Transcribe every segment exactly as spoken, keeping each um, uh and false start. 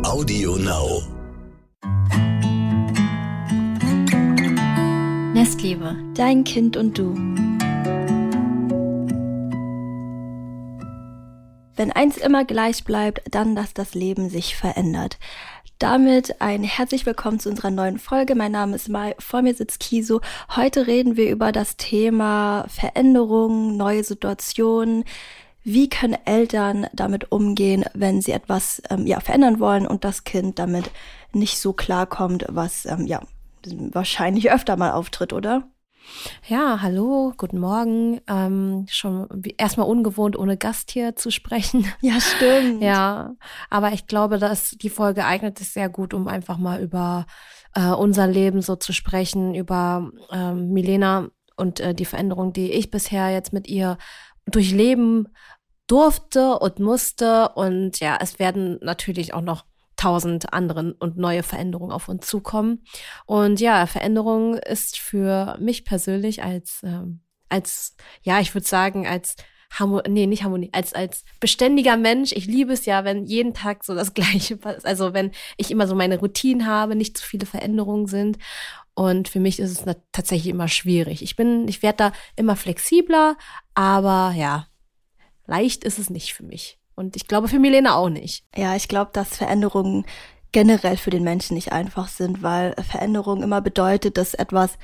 Audio Now. Nestliebe, dein Kind und du. Wenn eins immer gleich bleibt, dann, dass das Leben sich verändert. Damit ein herzlich willkommen zu unserer neuen Folge. Mein Name ist Mai, vor mir sitzt Kiso. Heute reden wir über das Thema Veränderungen, neue Situationen. Wie können Eltern damit umgehen, wenn sie etwas ähm, ja, verändern wollen und das Kind damit nicht so klarkommt, was ähm, ja wahrscheinlich öfter mal auftritt, oder? Ja, hallo, guten Morgen. Ähm, schon erstmal ungewohnt, ohne Gast hier zu sprechen. Ja, stimmt. Ja, aber ich glaube, dass die Folge eignet sich sehr gut, um einfach mal über äh, unser Leben so zu sprechen, über ähm, Milena und äh, die Veränderung, die ich bisher jetzt mit ihr durchleben durfte und musste. Und ja, es werden natürlich auch noch tausend anderen und neue Veränderungen auf uns zukommen. Und ja, Veränderung ist für mich persönlich als, ähm, als ja, ich würde sagen, als Harmonie, nee, nicht Harmonie, als, als beständiger Mensch. Ich liebe es ja, wenn jeden Tag so das Gleiche passiert. Also wenn ich immer so meine Routinen habe, nicht zu viele Veränderungen sind. Und für mich ist es na- tatsächlich immer schwierig. Ich bin, ich werde da immer flexibler, aber ja, leicht ist es nicht für mich. Und ich glaube für Milena auch nicht. Ja, ich glaube, dass Veränderungen generell für den Menschen nicht einfach sind, weil Veränderung immer bedeutet, dass etwas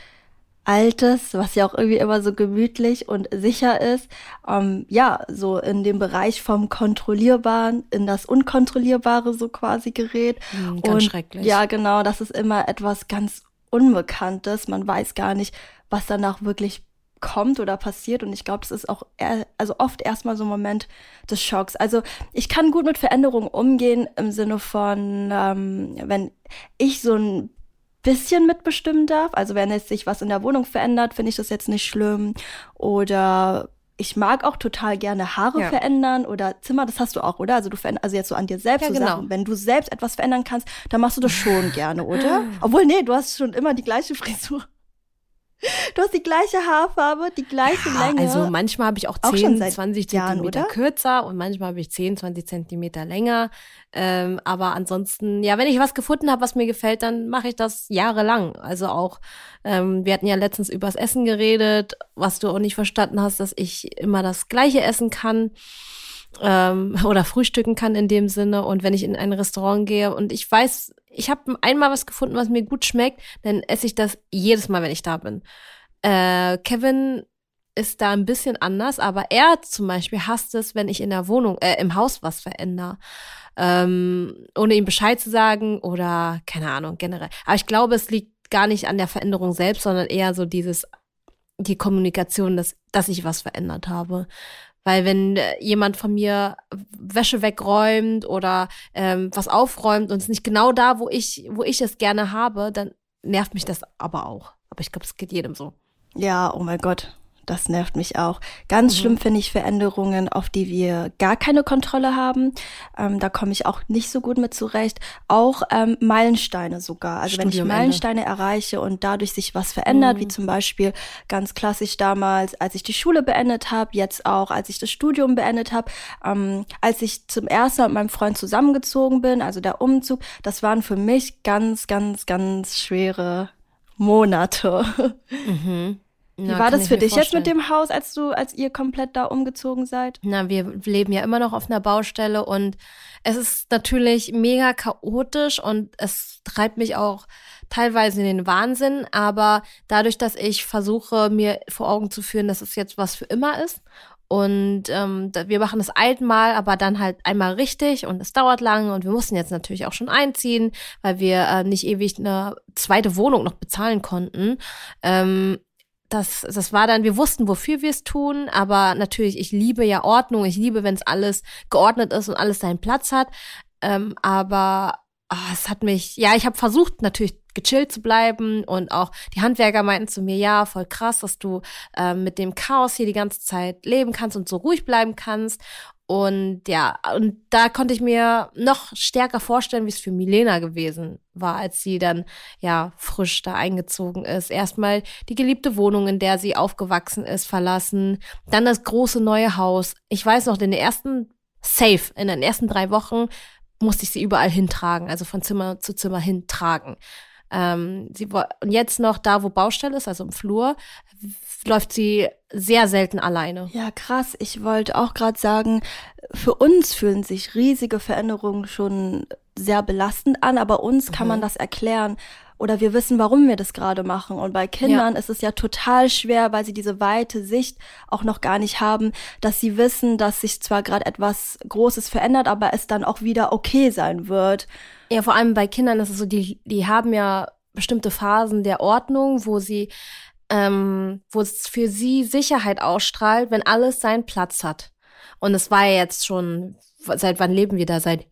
Altes, was ja auch irgendwie immer so gemütlich und sicher ist, ähm, ja, so in dem Bereich vom Kontrollierbaren in das Unkontrollierbare so quasi gerät. Mhm, ganz und schrecklich. Ja, genau, das ist immer etwas ganz Unbekanntes. Man weiß gar nicht, was danach wirklich kommt oder passiert, und ich glaube, das ist auch eher, also oft erstmal so ein Moment des Schocks. Also ich kann gut mit Veränderungen umgehen im Sinne von, ähm, wenn ich so ein bisschen mitbestimmen darf, also wenn jetzt sich was in der Wohnung verändert, finde ich das jetzt nicht schlimm, oder ich mag auch total gerne Haare Ja. verändern oder Zimmer, das hast du auch, oder? Also du veränder- also jetzt so an dir selbst, Ja, so genau. Sachen, wenn du selbst etwas verändern kannst, dann machst du das schon gerne, oder? Obwohl, nee, du hast schon immer die gleiche Frisur. Du hast die gleiche Haarfarbe, die gleiche Ja, Länge. also manchmal habe ich auch Auch schon zehn, seit zwanzig Jahren, Zentimeter oder? kürzer und manchmal habe ich zehn, zwanzig Zentimeter länger. Ähm, aber ansonsten, ja, wenn ich was gefunden habe, was mir gefällt, dann mache ich das jahrelang. Also auch, ähm, wir hatten ja letztens übers Essen geredet, was du auch nicht verstanden hast, dass ich immer das Gleiche essen kann. Ähm, oder frühstücken kann in dem Sinne. Und wenn ich in ein Restaurant gehe und ich weiß, ich habe einmal was gefunden, was mir gut schmeckt, dann esse ich das jedes Mal, wenn ich da bin. Äh, Kevin ist da ein bisschen anders, aber er zum Beispiel hasst es, wenn ich in der Wohnung, äh, im Haus was verändere. Ähm, ohne ihm Bescheid zu sagen oder, keine Ahnung, generell. Aber ich glaube, es liegt gar nicht an der Veränderung selbst, sondern eher so dieses, die Kommunikation, dass, dass ich was verändert habe. Weil wenn äh, jemand von mir Wäsche wegräumt oder ähm, was aufräumt und es nicht genau da, wo ich, wo ich es gerne habe, dann nervt mich das aber auch. Aber ich glaube, es geht jedem so. Ja, oh mein Gott, das nervt mich auch. Ganz Mhm. schlimm finde ich Veränderungen, auf die wir gar keine Kontrolle haben. Ähm, da komme ich auch nicht so gut mit zurecht. Auch ähm, Meilensteine sogar. Also wenn ich Studiumende. Meilensteine erreiche und dadurch sich was verändert, Mhm. wie zum Beispiel ganz klassisch damals, als ich die Schule beendet habe, jetzt auch, als ich das Studium beendet habe, ähm, als ich zum ersten Mal mit meinem Freund zusammengezogen bin, also der Umzug, das waren für mich ganz, ganz, ganz schwere Monate. Mhm. Wie Ja, war kann das ich für mir dich jetzt vorstellen. mit dem Haus, als du, als ihr komplett da umgezogen seid? Na, wir leben ja immer noch auf einer Baustelle und es ist natürlich mega chaotisch und es treibt mich auch teilweise in den Wahnsinn, aber dadurch, dass ich versuche, mir vor Augen zu führen, dass es jetzt was für immer ist und ähm, da- wir machen das einmal, aber dann halt einmal richtig und es dauert lange und wir mussten jetzt natürlich auch schon einziehen, weil wir äh, nicht ewig eine zweite Wohnung noch bezahlen konnten. Ähm, Das, das war dann, wir wussten, wofür wir es tun, aber natürlich, ich liebe ja Ordnung, ich liebe, wenn es alles geordnet ist und alles seinen Platz hat, ähm, aber ah, es hat mich, ja, ich habe versucht, natürlich gechillt zu bleiben und auch die Handwerker meinten zu mir, ja, voll krass, dass du ähm, mit dem Chaos hier die ganze Zeit leben kannst und so ruhig bleiben kannst. Und ja, und da konnte ich mir noch stärker vorstellen, wie es für Milena gewesen war, als sie dann ja frisch da eingezogen ist. Erstmal die geliebte Wohnung, in der sie aufgewachsen ist, verlassen, dann das große neue Haus. Ich weiß noch, in den ersten, safe, in den ersten drei Wochen musste ich sie überall hintragen, also von Zimmer zu Zimmer hintragen. Ähm, sie und jetzt noch da, wo Baustelle ist, also im Flur, läuft sie sehr selten alleine. Ja, krass. Ich wollte auch gerade sagen, für uns fühlen sich riesige Veränderungen schon sehr belastend an, aber uns kann Mhm. man das erklären oder wir wissen, warum wir das gerade machen. Und bei Kindern Ja. ist es ja total schwer, weil sie diese weite Sicht auch noch gar nicht haben, dass sie wissen, dass sich zwar gerade etwas Großes verändert, aber es dann auch wieder okay sein wird. Ja, vor allem bei Kindern ist es so, die, die haben ja bestimmte Phasen der Ordnung, wo sie, ähm, wo es für sie Sicherheit ausstrahlt, wenn alles seinen Platz hat. Und es war ja jetzt schon, seit wann leben wir da? Seit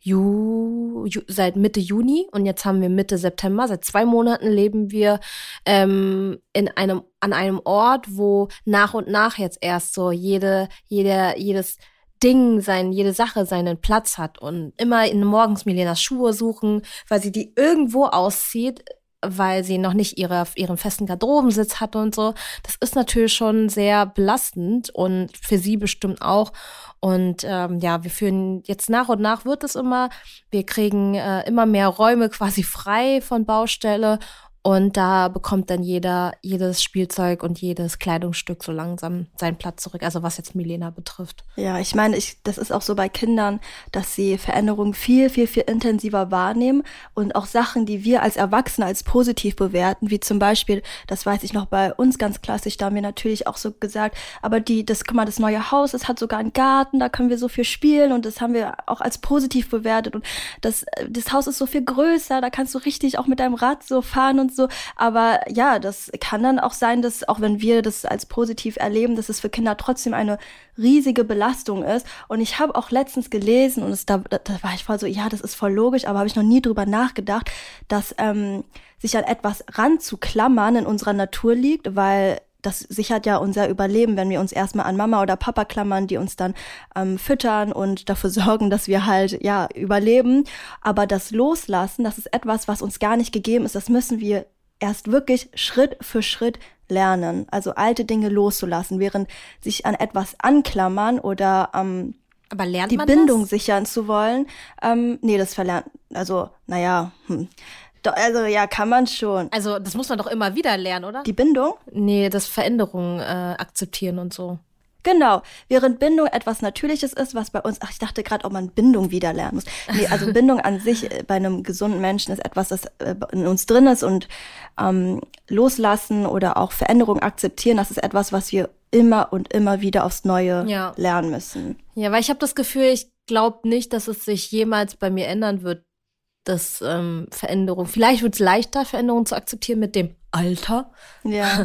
Ju, Ju, seit Mitte Juni und jetzt haben wir Mitte September. Seit zwei Monaten leben wir ähm, in einem, an einem Ort, wo nach und nach jetzt erst so jede, jede, jedes Ding, sein, jede Sache seinen Platz hat und immer in morgens Milenas Schuhe suchen, weil sie die irgendwo auszieht, weil sie noch nicht ihre, ihren festen Garderobensitz hat und so. Das ist natürlich schon sehr belastend und für sie bestimmt auch. Und ähm, ja, wir führen jetzt nach und nach wird es immer, wir kriegen äh, immer mehr Räume quasi frei von Baustelle. Und da bekommt dann jeder, jedes Spielzeug und jedes Kleidungsstück so langsam seinen Platz zurück, also was jetzt Milena betrifft. Ja, ich meine, ich, das ist auch so bei Kindern, dass sie Veränderungen viel, viel, viel intensiver wahrnehmen und auch Sachen, die wir als Erwachsene als positiv bewerten, wie zum Beispiel, das weiß ich noch bei uns ganz klassisch, da haben wir natürlich auch so gesagt, aber die, das, guck mal, das neue Haus, es hat sogar einen Garten, da können wir so viel spielen und das haben wir auch als positiv bewertet und das, das Haus ist so viel größer, da kannst du richtig auch mit deinem Rad so fahren und so, aber ja, das kann dann auch sein, dass auch wenn wir das als positiv erleben, dass es für Kinder trotzdem eine riesige Belastung ist und ich habe auch letztens gelesen und es, da, da war ich voll so, ja, das ist voll logisch, aber habe ich noch nie drüber nachgedacht, dass ähm, sich an etwas ranzuklammern in unserer Natur liegt, weil das sichert ja unser Überleben, wenn wir uns erstmal an Mama oder Papa klammern, die uns dann ähm, füttern und dafür sorgen, dass wir halt, ja, überleben. Aber das Loslassen, das ist etwas, was uns gar nicht gegeben ist. Das müssen wir erst wirklich Schritt für Schritt lernen. Also alte Dinge loszulassen, während sich an etwas anklammern oder ähm, Aber lernt die man Bindung das? sichern zu wollen. Ähm, nee, das verlernt, also, naja, hm. Doch, also ja, kann man schon. Also das muss man doch immer wieder lernen, oder? Die Bindung? Nee, das Veränderungen äh, akzeptieren und so. Genau, während Bindung etwas Natürliches ist, was bei uns, ach, ich dachte gerade, ob man Bindung wieder lernen muss. Nee, also Bindung an sich äh, bei einem gesunden Menschen ist etwas, das äh, in uns drin ist und ähm, loslassen oder auch Veränderung akzeptieren, das ist etwas, was wir immer und immer wieder aufs Neue Ja. lernen müssen. Ja, weil ich habe das Gefühl, ich glaube nicht, dass es sich jemals bei mir ändern wird, dass ähm, Veränderung. Vielleicht wird es leichter, Veränderungen zu akzeptieren mit dem Alter. Ja.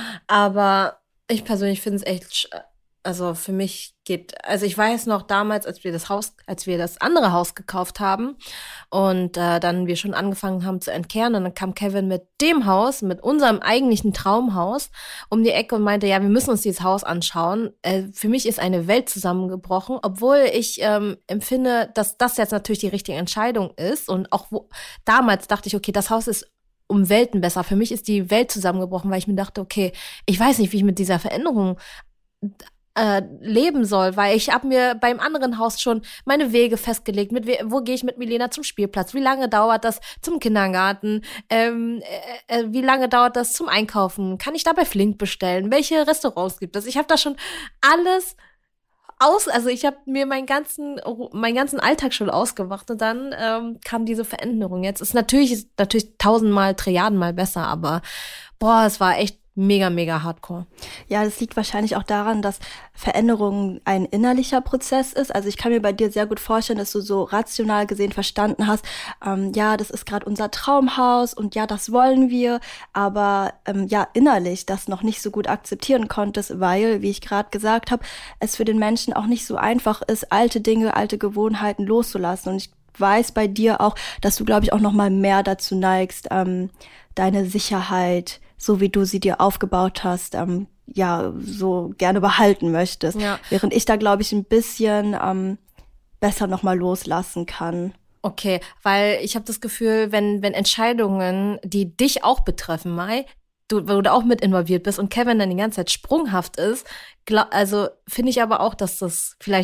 Aber ich persönlich finde es echt, sch- also für mich geht, also ich weiß noch damals, als wir das Haus, als wir das andere Haus gekauft haben und äh, dann wir schon angefangen haben zu entkernen und dann kam Kevin mit dem Haus, mit unserem eigentlichen Traumhaus um die Ecke und meinte, ja, wir müssen uns dieses Haus anschauen. Äh, für mich ist eine Welt zusammengebrochen, obwohl ich ähm, empfinde, dass das jetzt natürlich die richtige Entscheidung ist und auch wo, damals dachte ich, okay, das Haus ist um Welten besser. Für mich ist die Welt zusammengebrochen, weil ich mir dachte, okay, ich weiß nicht, wie ich mit dieser Veränderung äh, leben soll, weil ich habe mir beim anderen Haus schon meine Wege festgelegt, mit we- wo gehe ich mit Milena zum Spielplatz, wie lange dauert das zum Kindergarten, ähm, äh, äh, wie lange dauert das zum Einkaufen, kann ich da bei Flink bestellen, welche Restaurants gibt es? Ich habe da schon alles aus, also ich habe mir meinen ganzen meinen ganzen Alltag schon ausgemacht und dann ähm, kam diese Veränderung jetzt. Ist natürlich ist natürlich tausendmal, Trilliardenmal besser, aber boah, es war echt mega, mega hardcore. Ja, das liegt wahrscheinlich auch daran, dass Veränderung ein innerlicher Prozess ist. Also ich kann mir bei dir sehr gut vorstellen, dass du so rational gesehen verstanden hast, ähm, ja, das ist gerade unser Traumhaus und ja, das wollen wir, aber ähm, ja, innerlich das noch nicht so gut akzeptieren konntest, weil, wie ich gerade gesagt habe, es für den Menschen auch nicht so einfach ist, alte Dinge, alte Gewohnheiten loszulassen. Und ich weiß bei dir auch, dass du, glaube ich, auch noch mal mehr dazu neigst, ähm, deine Sicherheit, so wie du sie dir aufgebaut hast, ähm, ja, so gerne behalten möchtest. Ja. Während ich da, glaube ich, ein bisschen ähm, besser nochmal loslassen kann. Okay, weil ich habe das Gefühl, wenn wenn Entscheidungen, die dich auch betreffen, Mai, du, wo du auch mit involviert bist und Kevin dann die ganze Zeit sprunghaft ist, glaub, also finde ich aber auch, dass das vielleicht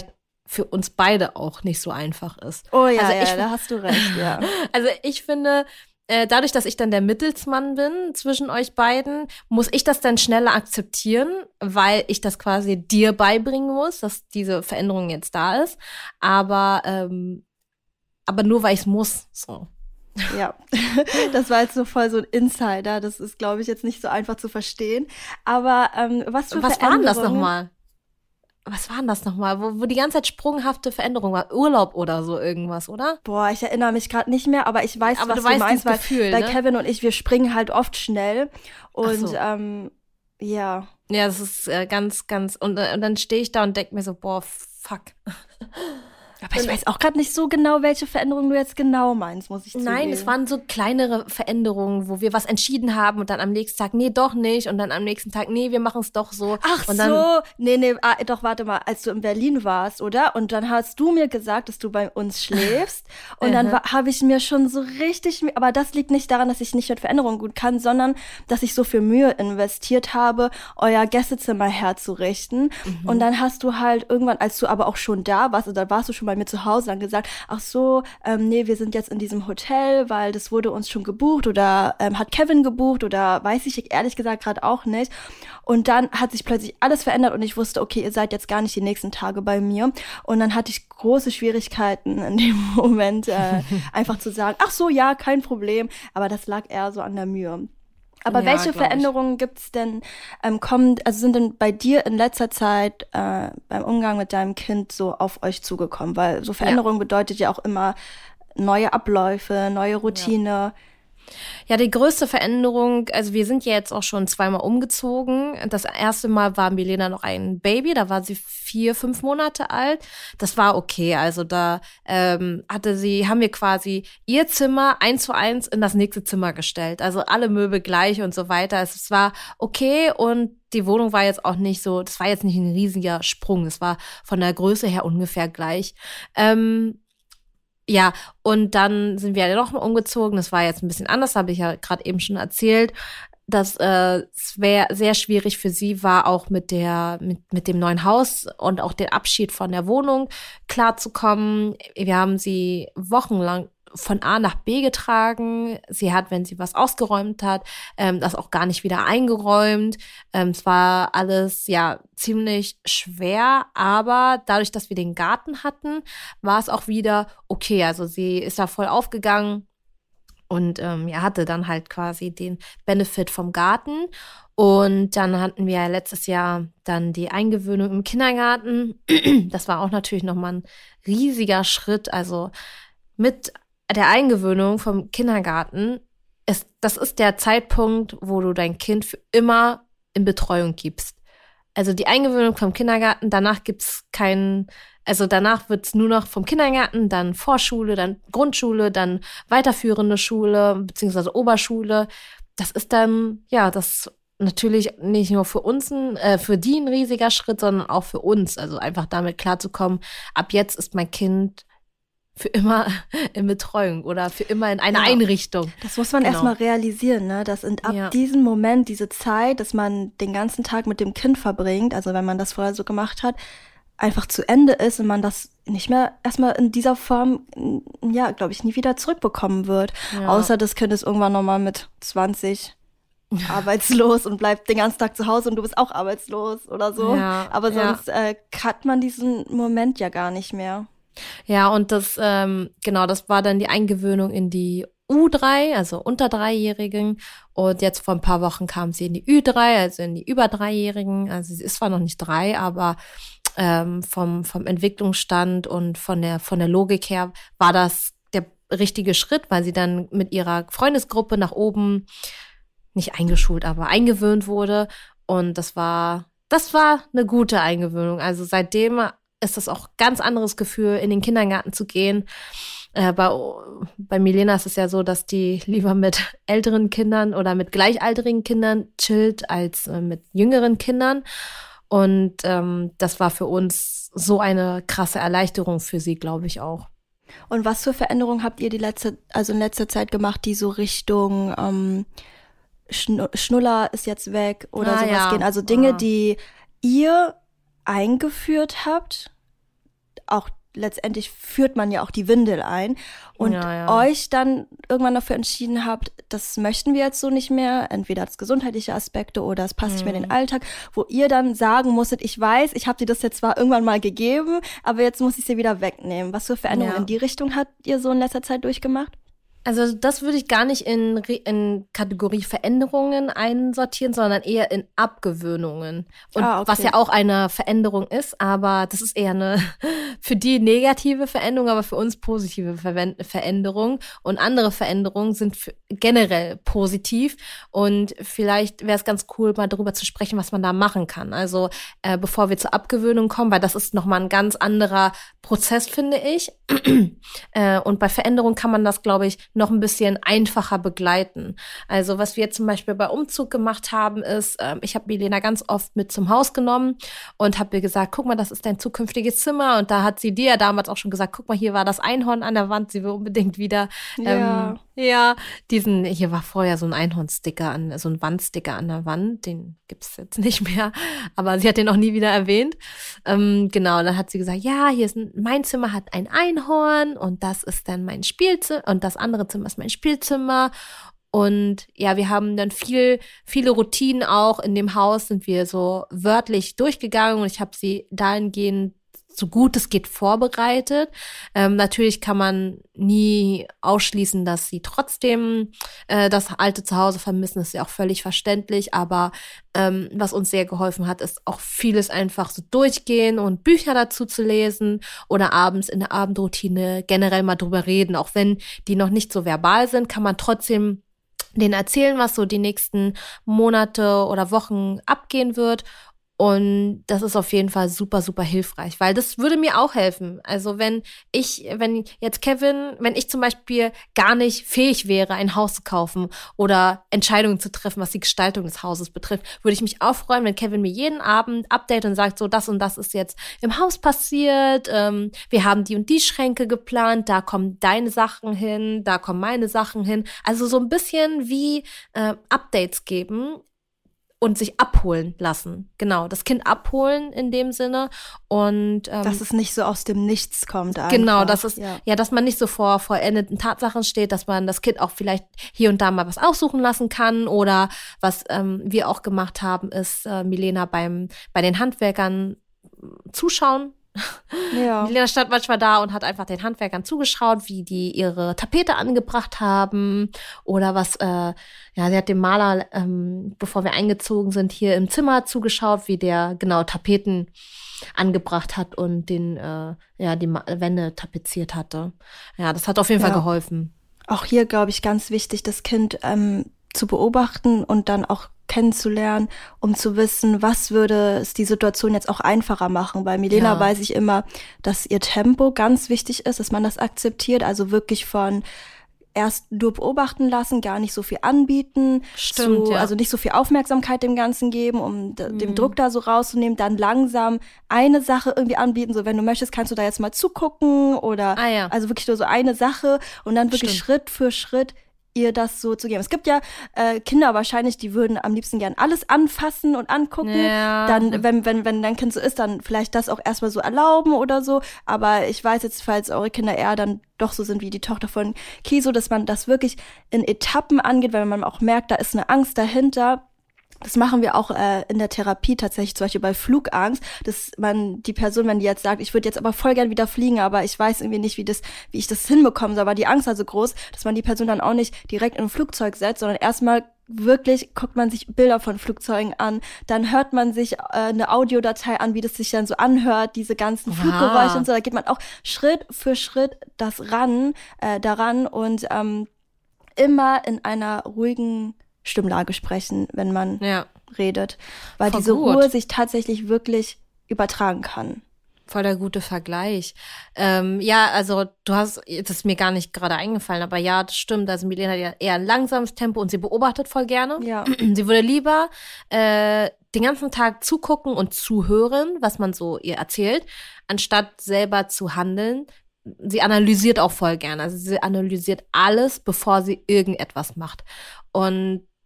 für uns beide auch nicht so einfach ist. Oh ja, also ja, ich, da hast du recht, ja. Also ich finde, äh, dadurch, dass ich dann der Mittelsmann bin zwischen euch beiden, muss ich das dann schneller akzeptieren, weil ich das quasi dir beibringen muss, dass diese Veränderung jetzt da ist. Aber, ähm, aber nur, weil ich es muss, so. Ja, das war jetzt so voll so ein Insider. Das ist, glaube ich, jetzt nicht so einfach zu verstehen. Aber ähm, was für Was war denn das Veränderungen- nochmal? Was war denn das nochmal? Wo, wo die ganze Zeit sprunghafte Veränderung war? Urlaub oder so irgendwas, oder? Boah, ich erinnere mich gerade nicht mehr, aber ich weiß, Aber was du du, weißt meinst, weil dieses Gefühl, bei ne? Kevin und ich, wir springen halt oft schnell. Und so. ähm, ja. Ja, das ist äh, ganz, ganz. Und, äh, und dann stehe ich da und denke mir so, boah, fuck. Aber ich weiß auch gerade nicht so genau, welche Veränderungen du jetzt genau meinst, muss ich zugeben. Nein, es waren so kleinere Veränderungen, wo wir was entschieden haben und dann am nächsten Tag, nee, doch nicht. Und dann am nächsten Tag, nee, wir machen es doch so. Ach und dann, so, nee, nee, ah, doch, warte mal, als du in Berlin warst, oder? Und dann hast du mir gesagt, dass du bei uns schläfst. Und dann habe ich mir schon so richtig, aber das liegt nicht daran, dass ich nicht mit Veränderungen gut kann, sondern dass ich so viel Mühe investiert habe, euer Gästezimmer herzurichten. Mhm. Und dann hast du halt irgendwann, als du aber auch schon da warst, also da warst du schon bei mir zu Hause, dann gesagt, ach so, ähm, nee, wir sind jetzt in diesem Hotel, weil das wurde uns schon gebucht oder ähm, hat Kevin gebucht oder weiß ich ehrlich gesagt gerade auch nicht. Und dann hat sich plötzlich alles verändert und ich wusste, okay, ihr seid jetzt gar nicht die nächsten Tage bei mir. Und dann hatte ich große Schwierigkeiten in dem Moment, äh, einfach zu sagen, ach so, ja, kein Problem. Aber das lag eher so an der Mühe. Aber Ja, welche glaub Veränderungen gibt's denn, ähm, kommen, also sind denn bei dir in letzter Zeit äh, beim Umgang mit deinem Kind so auf euch zugekommen? Weil so Veränderung Ja. bedeutet ja auch immer neue Abläufe, neue Routine. Ja. Ja, die größte Veränderung, also wir sind ja jetzt auch schon zweimal umgezogen. Das erste Mal war Milena noch ein Baby, da war sie vier, fünf Monate alt. Das war okay, also da ähm, hatte sie, haben wir quasi ihr Zimmer eins zu eins in das nächste Zimmer gestellt. Also alle Möbel gleich und so weiter. Es war okay und die Wohnung war jetzt auch nicht so, das war jetzt nicht ein riesiger Sprung. Es war von der Größe her ungefähr gleich. Ähm, Ja, und dann sind wir ja noch mal umgezogen. Das war jetzt ein bisschen anders, habe ich ja gerade eben schon erzählt. Dass äh, es wär, sehr schwierig für sie war, auch mit der mit mit dem neuen Haus und auch den Abschied von der Wohnung klarzukommen. Wir haben sie wochenlang von A nach B getragen. Sie hat, wenn sie was ausgeräumt hat, ähm, das auch gar nicht wieder eingeräumt. Ähm, es war alles ja ziemlich schwer, aber dadurch, dass wir den Garten hatten, war es auch wieder okay. Also sie ist da voll aufgegangen und ähm, ja, hatte dann halt quasi den Benefit vom Garten. Und dann hatten wir letztes Jahr dann die Eingewöhnung im Kindergarten. Das war auch natürlich nochmal ein riesiger Schritt. Also mit der Eingewöhnung vom Kindergarten, ist, das ist der Zeitpunkt, wo du dein Kind für immer in Betreuung gibst. Also die Eingewöhnung vom Kindergarten, danach gibt's keinen, also danach wird's nur noch vom Kindergarten, dann Vorschule, dann Grundschule, dann weiterführende Schule, beziehungsweise Oberschule. Das ist dann, ja, das natürlich nicht nur für uns, ein, äh, für die ein riesiger Schritt, sondern auch für uns. Also einfach damit klarzukommen, ab jetzt ist mein Kind für immer in Betreuung oder für immer in einer Ja. Einrichtung. Das muss man Genau. erstmal realisieren, ne? Dass in, ab Ja. diesem Moment, diese Zeit, dass man den ganzen Tag mit dem Kind verbringt, also wenn man das vorher so gemacht hat, einfach zu Ende ist und man das nicht mehr erstmal in dieser Form, ja, glaube ich, nie wieder zurückbekommen wird. Ja. Außer das Kind ist irgendwann nochmal mit zwanzig arbeitslos und bleibt den ganzen Tag zu Hause und du bist auch arbeitslos oder so. Ja, Aber ja. sonst äh, hat man diesen Moment ja gar nicht mehr. Ja, und das, ähm, genau, das war dann die Eingewöhnung in die U drei, also unter Dreijährigen. Und jetzt vor ein paar Wochen kam sie in die Ü drei, also in die über Dreijährigen. Also sie ist zwar noch nicht drei, aber ähm, vom, vom Entwicklungsstand und von der, von der Logik her war das der richtige Schritt, weil sie dann mit ihrer Freundesgruppe nach oben nicht eingeschult, aber eingewöhnt wurde. Und das war, das war eine gute Eingewöhnung. Also seitdem ist das auch ganz anderes Gefühl, in den Kindergarten zu gehen. Äh, bei, bei Milena ist es ja so, dass die lieber mit älteren Kindern oder mit gleichaltrigen Kindern chillt als äh, mit jüngeren Kindern. Und ähm, das war für uns so eine krasse Erleichterung für sie, glaube ich auch. Und was für Veränderungen habt ihr die letzte, also in letzter Zeit gemacht, die so Richtung ähm, Schnu- Schnuller ist jetzt weg oder Ah, sowas ja. gehen? Also Dinge, Ah. die ihr eingeführt habt, auch letztendlich führt man ja auch die Windel ein und ja, ja. euch dann irgendwann dafür entschieden habt, das möchten wir jetzt so nicht mehr, entweder als gesundheitliche Aspekte oder es passt nicht mehr in den Alltag, wo ihr dann sagen musstet, ich weiß, ich habe dir das jetzt zwar irgendwann mal gegeben, aber jetzt muss ich sie wieder wegnehmen. Was für Veränderungen Ja. in die Richtung habt ihr so in letzter Zeit durchgemacht? Also das würde ich gar nicht in, in Kategorie Veränderungen einsortieren, sondern eher in Abgewöhnungen. Und ah, okay. was ja auch eine Veränderung ist, aber das ist eher eine für die negative Veränderung, aber für uns positive Ver- Veränderung. Und andere Veränderungen sind für, generell positiv. Und vielleicht wäre es ganz cool, mal darüber zu sprechen, was man da machen kann. Also äh, bevor wir zur Abgewöhnung kommen, weil das ist nochmal ein ganz anderer Prozess, finde ich. äh, und bei Veränderung kann man das, glaube ich, noch ein bisschen einfacher begleiten. Also was wir zum Beispiel bei Umzug gemacht haben, ist, äh, ich habe Milena ganz oft mit zum Haus genommen und habe ihr gesagt, guck mal, das ist dein zukünftiges Zimmer. Und da hat sie dir ja damals auch schon gesagt, guck mal, hier war das Einhorn an der Wand, sie will unbedingt wieder Ja. ähm, ja, diesen, hier war vorher so ein Einhornsticker, an, so ein Wandsticker an der Wand, den gibt's jetzt nicht mehr, aber sie hat den auch nie wieder erwähnt. Ähm, genau, dann hat sie gesagt, ja, hier ist ein, mein Zimmer hat ein Einhorn und das ist dann mein Spielzimmer und das andere Zimmer ist mein Spielzimmer. Und ja, wir haben dann viel, viele Routinen auch in dem Haus, sind wir so wörtlich durchgegangen und ich habe sie dahingehend so gut es geht vorbereitet. Ähm, natürlich kann man nie ausschließen, dass sie trotzdem äh, das alte Zuhause vermissen. Das ist ja auch völlig verständlich. Aber ähm, was uns sehr geholfen hat, ist auch vieles einfach so durchgehen und Bücher dazu zu lesen oder abends in der Abendroutine generell mal drüber reden. Auch wenn die noch nicht so verbal sind, kann man trotzdem denen erzählen, was so die nächsten Monate oder Wochen abgehen wird. Und das ist auf jeden Fall super, super hilfreich, weil das würde mir auch helfen. Also wenn ich, wenn jetzt Kevin, wenn ich zum Beispiel gar nicht fähig wäre, ein Haus zu kaufen oder Entscheidungen zu treffen, was die Gestaltung des Hauses betrifft, würde ich mich auch freuen, wenn Kevin mir jeden Abend update und sagt, so das und das ist jetzt im Haus passiert, ähm, wir haben die und die Schränke geplant, da kommen deine Sachen hin, da kommen meine Sachen hin. Also so ein bisschen wie äh, Updates geben und sich abholen lassen. Genau, das Kind abholen in dem Sinne. Und ähm, dass es nicht so aus dem Nichts kommt einfach. Genau, das ist, ja. ja, dass man nicht so vor vollendeten Tatsachen steht, dass man das Kind auch vielleicht hier und da mal was aussuchen lassen kann. Oder was ähm, wir auch gemacht haben, ist äh, Milena beim bei den Handwerkern zuschauen. Ja. Milena stand manchmal da und hat einfach den Handwerkern zugeschaut, wie die ihre Tapete angebracht haben oder was, äh, ja, sie hat dem Maler, ähm, bevor wir eingezogen sind, hier im Zimmer zugeschaut, wie der genau Tapeten angebracht hat und den, äh, ja, die Ma- Wände tapeziert hatte. Ja, das hat auf jeden Ja. Fall geholfen. Auch hier, glaube ich, ganz wichtig, das Kind ähm, zu beobachten und dann auch kennenzulernen, um zu wissen, was würde es die Situation jetzt auch einfacher machen. Bei Milena Ja. weiß ich immer, dass ihr Tempo ganz wichtig ist, dass man das akzeptiert, also wirklich von erst nur beobachten lassen, gar nicht so viel anbieten, Stimmt, zu, ja. also nicht so viel Aufmerksamkeit dem Ganzen geben, um d- den Mhm. Druck da so rauszunehmen, dann langsam eine Sache irgendwie anbieten, so wenn du möchtest, kannst du da jetzt mal zugucken oder Ah, ja. also wirklich nur so eine Sache und dann wirklich Stimmt. Schritt für Schritt ihr das so zu geben. Es gibt ja äh, Kinder wahrscheinlich, die würden am liebsten gern alles anfassen und angucken. Ja. Dann, wenn, wenn, wenn dein Kind so ist, dann vielleicht das auch erstmal so erlauben oder so. Aber ich weiß jetzt, falls eure Kinder eher dann doch so sind wie die Tochter von Kiso, dass man das wirklich in Etappen angeht, weil man auch merkt, da ist eine Angst dahinter. Das machen wir auch äh, in der Therapie tatsächlich, zum Beispiel bei Flugangst, dass man die Person, wenn die jetzt sagt, ich würde jetzt aber voll gern wieder fliegen, aber ich weiß irgendwie nicht, wie das, wie ich das hinbekommen soll, aber die Angst war so groß, dass man die Person dann auch nicht direkt in ein Flugzeug setzt, sondern erstmal wirklich guckt man sich Bilder von Flugzeugen an, dann hört man sich äh, eine Audiodatei an, wie das sich dann so anhört, diese ganzen Wow. Fluggeräusche und so, da geht man auch Schritt für Schritt das ran, äh, daran und ähm, immer in einer ruhigen Stimmlage sprechen, wenn man Ja. redet, weil Voll diese gut. Ruhe sich tatsächlich wirklich übertragen kann. Voll der gute Vergleich. Ähm, ja, also du hast, jetzt ist mir gar nicht gerade eingefallen, aber ja, das stimmt. Also Milena hat ja eher ein langsames Tempo und sie beobachtet voll gerne. Ja. Sie würde lieber äh, den ganzen Tag zugucken und zuhören, was man so ihr erzählt, anstatt selber zu handeln. Sie analysiert auch voll gerne. Also sie analysiert alles, bevor sie irgendetwas macht. Und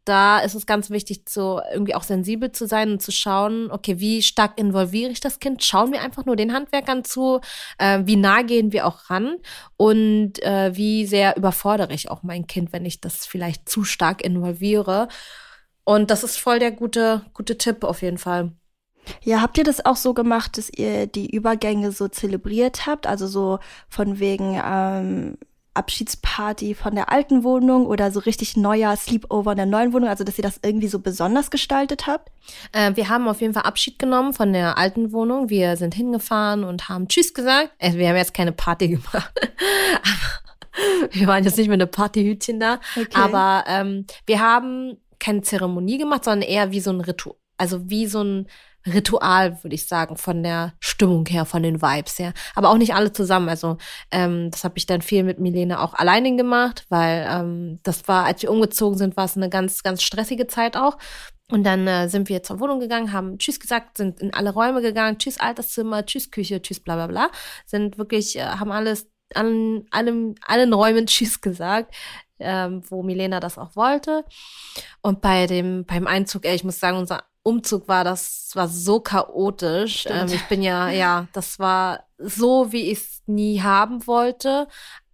da ist es ganz wichtig, so irgendwie auch sensibel zu sein und zu schauen, okay, wie stark involviere ich das Kind? Schauen wir einfach nur den Handwerkern zu? Äh, wie nah gehen wir auch ran? Und äh, wie sehr überfordere ich auch mein Kind, wenn ich das vielleicht zu stark involviere? Und das ist voll der gute, gute Tipp auf jeden Fall. Ja, habt ihr das auch so gemacht, dass ihr die Übergänge so zelebriert habt? Also so von wegen ähm, Abschiedsparty von der alten Wohnung oder so richtig neuer Sleepover in der neuen Wohnung? Also dass ihr das irgendwie so besonders gestaltet habt? Äh, wir haben auf jeden Fall Abschied genommen von der alten Wohnung. Wir sind hingefahren und haben Tschüss gesagt. Also wir haben jetzt keine Party gemacht. Wir waren jetzt nicht mehr eine Partyhütchen da. Okay. Aber ähm, wir haben keine Zeremonie gemacht, sondern eher wie so ein Ritual. Also wie so ein Ritual, würde ich sagen, von der Stimmung her, von den Vibes her. Aber auch nicht alle zusammen. Also ähm, das habe ich dann viel mit Milena auch alleine gemacht, weil ähm, das war, als wir umgezogen sind, war es eine ganz, ganz stressige Zeit auch. Und dann äh, sind wir zur Wohnung gegangen, haben Tschüss gesagt, sind in alle Räume gegangen, Tschüss Alterszimmer, Tschüss Küche, Tschüss bla bla bla. Sind wirklich, äh, haben alles an allem, allen Räumen Tschüss gesagt, ähm, wo Milena das auch wollte. Und bei dem, beim Einzug, ey, ich muss sagen, unser Umzug war, das war so chaotisch. Ähm, ich bin ja, ja, das war so, wie ich es nie haben wollte.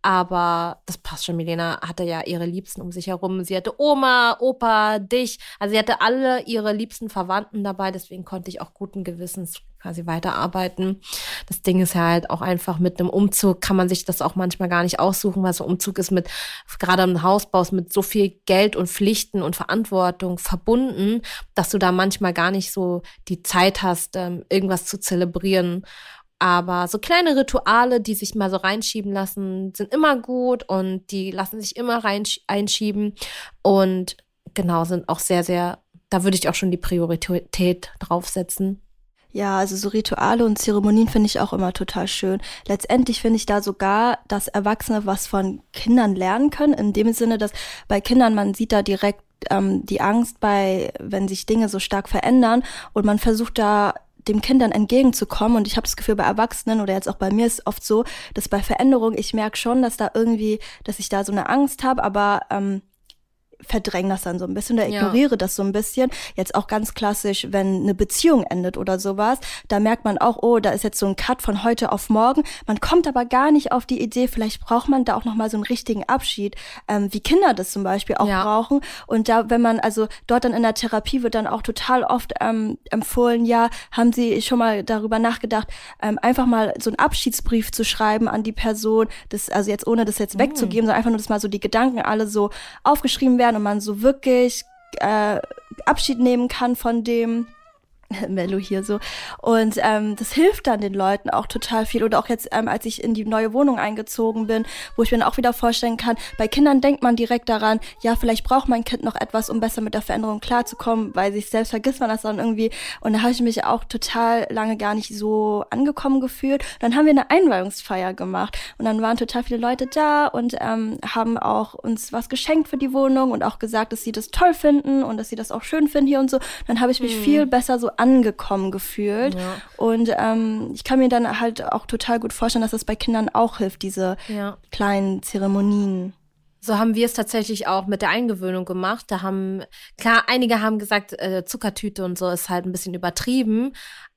Aber das passt schon. Milena hatte ja ihre Liebsten um sich herum. Sie hatte Oma, Opa, dich. Also sie hatte alle ihre liebsten Verwandten dabei. Deswegen konnte ich auch guten Gewissens quasi weiterarbeiten. Das Ding ist ja halt auch einfach, mit einem Umzug kann man sich das auch manchmal gar nicht aussuchen, weil so ein Umzug ist mit, gerade im Hausbau, ist mit so viel Geld und Pflichten und Verantwortung verbunden, dass du da manchmal gar nicht so die Zeit hast, irgendwas zu zelebrieren. Aber so kleine Rituale, die sich mal so reinschieben lassen, sind immer gut und die lassen sich immer rein einschieben und genau, sind auch sehr, sehr, da würde ich auch schon die Priorität draufsetzen. Ja, also so Rituale und Zeremonien finde ich auch immer total schön. Letztendlich finde ich da sogar, dass Erwachsene was von Kindern lernen können, in dem Sinne, dass bei Kindern, man sieht da direkt ähm, die Angst bei, wenn sich Dinge so stark verändern und man versucht da dem Kindern entgegenzukommen. Und ich habe das Gefühl, bei Erwachsenen oder jetzt auch bei mir ist oft so, dass bei Veränderung, ich merke schon, dass da irgendwie, dass ich da so eine Angst habe, aber ähm, verdränge das dann so ein bisschen oder ignoriere ja. das so ein bisschen. Jetzt auch ganz klassisch, wenn eine Beziehung endet oder sowas, da merkt man auch, oh, da ist jetzt so ein Cut von heute auf morgen. Man kommt aber gar nicht auf die Idee, vielleicht braucht man da auch nochmal so einen richtigen Abschied, ähm, wie Kinder das zum Beispiel auch ja. brauchen. Und da, wenn man, also dort dann in der Therapie wird dann auch total oft ähm, empfohlen, ja, haben Sie schon mal darüber nachgedacht, ähm, einfach mal so einen Abschiedsbrief zu schreiben an die Person, das, also jetzt ohne das jetzt mhm. wegzugeben, sondern einfach nur, dass mal so die Gedanken alle so aufgeschrieben werden und man so wirklich äh, Abschied nehmen kann von dem Mello hier so. Und ähm, das hilft dann den Leuten auch total viel. Oder auch jetzt, ähm, als ich in die neue Wohnung eingezogen bin, wo ich mir dann auch wieder vorstellen kann, bei Kindern denkt man direkt daran, ja, vielleicht braucht mein Kind noch etwas, um besser mit der Veränderung klarzukommen, weil sich selbst vergisst man das dann irgendwie. Und da habe ich mich auch total lange gar nicht so angekommen gefühlt. Dann haben wir eine Einweihungsfeier gemacht und dann waren total viele Leute da und ähm, haben auch uns was geschenkt für die Wohnung und auch gesagt, dass sie das toll finden und dass sie das auch schön finden hier und so. Dann habe ich mich mhm. viel besser so angekommen gefühlt. Ja. Und ähm, ich kann mir dann halt auch total gut vorstellen, dass das bei Kindern auch hilft, diese ja. kleinen Zeremonien. So haben wir es tatsächlich auch mit der Eingewöhnung gemacht. Da haben, klar, einige haben gesagt, äh, Zuckertüte und so ist halt ein bisschen übertrieben.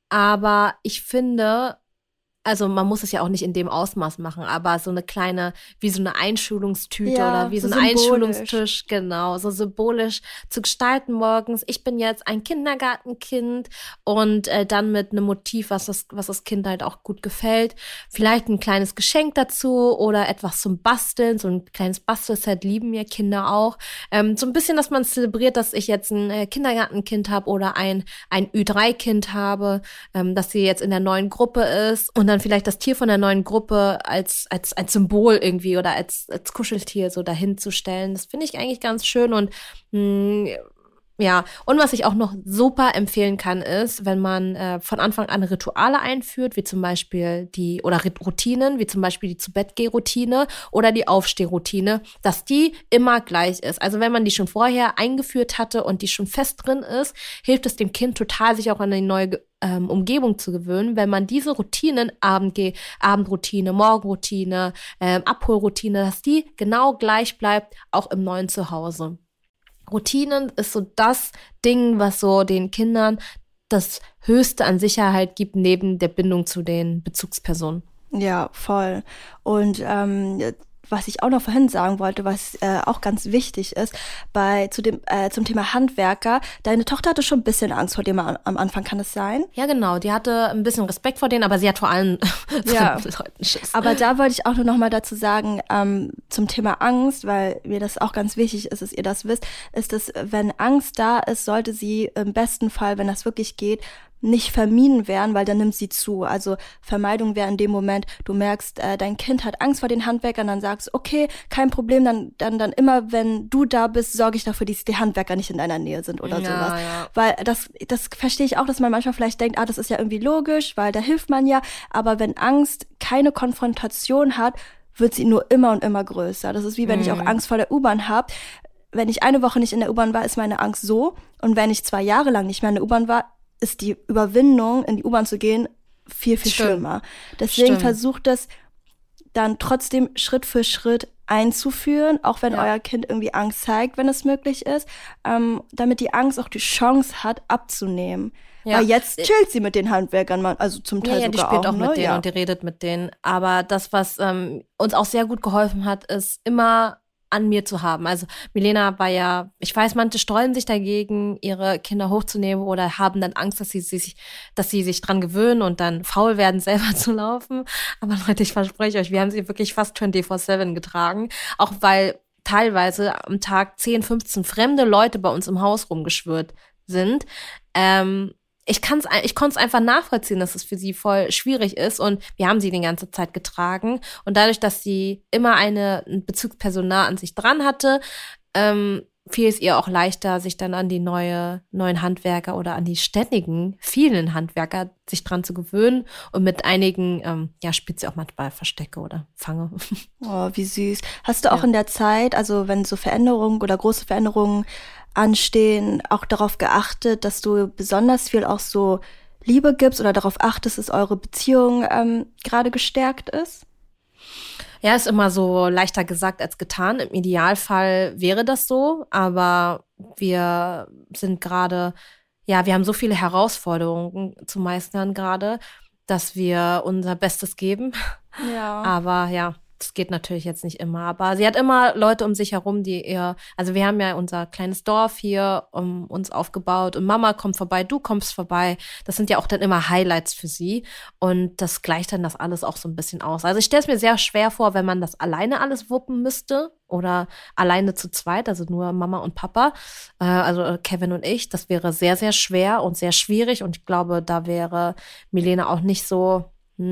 Aber ich finde, also man muss es ja auch nicht in dem Ausmaß machen, aber so eine kleine, wie so eine Einschulungstüte ja, oder wie so, so ein Einschulungstisch, genau, so symbolisch zu gestalten morgens. Ich bin jetzt ein Kindergartenkind und äh, dann mit einem Motiv, was das, was das Kind halt auch gut gefällt. Vielleicht ein kleines Geschenk dazu oder etwas zum Basteln, so ein kleines Bastelset lieben ja Kinder auch. Ähm, so ein bisschen, dass man zelebriert, dass ich jetzt ein äh, Kindergartenkind habe oder ein ein Ü drei Kind habe, ähm, dass sie jetzt in der neuen Gruppe ist und dann vielleicht das Tier von der neuen Gruppe als als als Symbol irgendwie oder als als Kuscheltier so dahin zu stellen. Das finde ich eigentlich ganz schön und mh, ja, und was ich auch noch super empfehlen kann, ist, wenn man äh, von Anfang an Rituale einführt, wie zum Beispiel die, oder Routinen, wie zum Beispiel die Zu-Bett-Geh-Routine oder die Aufsteh-Routine, dass die immer gleich ist. Also wenn man die schon vorher eingeführt hatte und die schon fest drin ist, hilft es dem Kind total, sich auch an eine neue ähm, Umgebung zu gewöhnen, wenn man diese Routinen, Abendge- Abendroutine, Morgenroutine, ähm, Abholroutine, dass die genau gleich bleibt, auch im neuen Zuhause. Routinen ist so das Ding, was so den Kindern das Höchste an Sicherheit gibt, neben der Bindung zu den Bezugspersonen. Ja, voll. Und ähm, was ich auch noch vorhin sagen wollte, was äh, auch ganz wichtig ist, bei zu dem äh, zum Thema Handwerker, deine Tochter hatte schon ein bisschen Angst vor dem am, am Anfang, kann es sein? Ja, genau, die hatte ein bisschen Respekt vor denen, aber sie hat vor allem ja. Leuten Schiss. Aber da wollte ich auch nur noch mal dazu sagen, ähm, zum Thema Angst, weil mir das auch ganz wichtig ist, dass ihr das wisst, ist, dass wenn Angst da ist, sollte sie im besten Fall, wenn das wirklich geht, nicht vermieden werden, weil dann nimmt sie zu. Also Vermeidung wäre in dem Moment, du merkst, äh, dein Kind hat Angst vor den Handwerkern, dann sagst, okay, kein Problem, dann dann dann immer, wenn du da bist, sorge ich dafür, dass die Handwerker nicht in deiner Nähe sind oder ja, sowas. Ja. Weil das das verstehe ich auch, dass man manchmal vielleicht denkt, ah, das ist ja irgendwie logisch, weil da hilft man ja. Aber wenn Angst keine Konfrontation hat, wird sie nur immer und immer größer. Das ist wie wenn mhm. ich auch Angst vor der U-Bahn habe. Wenn ich eine Woche nicht in der U-Bahn war, ist meine Angst so. Und wenn ich zwei Jahre lang nicht mehr in der U-Bahn war, ist die Überwindung, in die U-Bahn zu gehen, viel, viel Stimmt. schlimmer. Deswegen Stimmt. versucht das dann trotzdem Schritt für Schritt einzuführen, auch wenn ja. euer Kind irgendwie Angst zeigt, wenn es möglich ist, ähm, damit die Angst auch die Chance hat, abzunehmen. Ja. Weil jetzt chillt sie mit den Handwerkern, also zum Teil ja, ja, sogar auch. die spielt auch, auch mit ne? denen ja. und die redet mit denen. Aber das, was ähm, uns auch sehr gut geholfen hat, ist immer an mir zu haben. Also Milena war ja, ich weiß, manche sträuben sich dagegen, ihre Kinder hochzunehmen oder haben dann Angst, dass sie sich, dass sie sich dran gewöhnen und dann faul werden, selber zu laufen. Aber Leute, ich verspreche euch, wir haben sie wirklich fast vierundzwanzig sieben getragen. Auch weil teilweise am Tag zehn, fünfzehn fremde Leute bei uns im Haus rumgeschwirrt sind. Ähm, Ich kann's, ich konnte es einfach nachvollziehen, dass es für sie voll schwierig ist und wir haben sie die ganze Zeit getragen und dadurch, dass sie immer eine Bezugsperson nah an sich dran hatte, ähm, fiel es ihr auch leichter, sich dann an die neue, neuen Handwerker oder an die ständigen, vielen Handwerker sich dran zu gewöhnen und mit einigen, ähm, ja, spielt sie auch manchmal Verstecke oder Fange. Oh, wie süß. Hast du auch ja. in der Zeit, also wenn so Veränderungen oder große Veränderungen anstehen, auch darauf geachtet, dass du besonders viel auch so Liebe gibst oder darauf achtest, dass eure Beziehung ähm, gerade gestärkt ist? Ja, ist immer so leichter gesagt als getan. Im Idealfall wäre das so, aber wir sind gerade, ja, wir haben so viele Herausforderungen zu meistern gerade, dass wir unser Bestes geben. Ja. Aber ja, das geht natürlich jetzt nicht immer, aber sie hat immer Leute um sich herum, die ihr, also wir haben ja unser kleines Dorf hier um uns aufgebaut und Mama kommt vorbei, du kommst vorbei. Das sind ja auch dann immer Highlights für sie und das gleicht dann das alles auch so ein bisschen aus. Also ich stelle es mir sehr schwer vor, wenn man das alleine alles wuppen müsste oder alleine zu zweit, also nur Mama und Papa, äh, also Kevin und ich. Das wäre sehr, sehr schwer und sehr schwierig und ich glaube, da wäre Milena auch nicht so.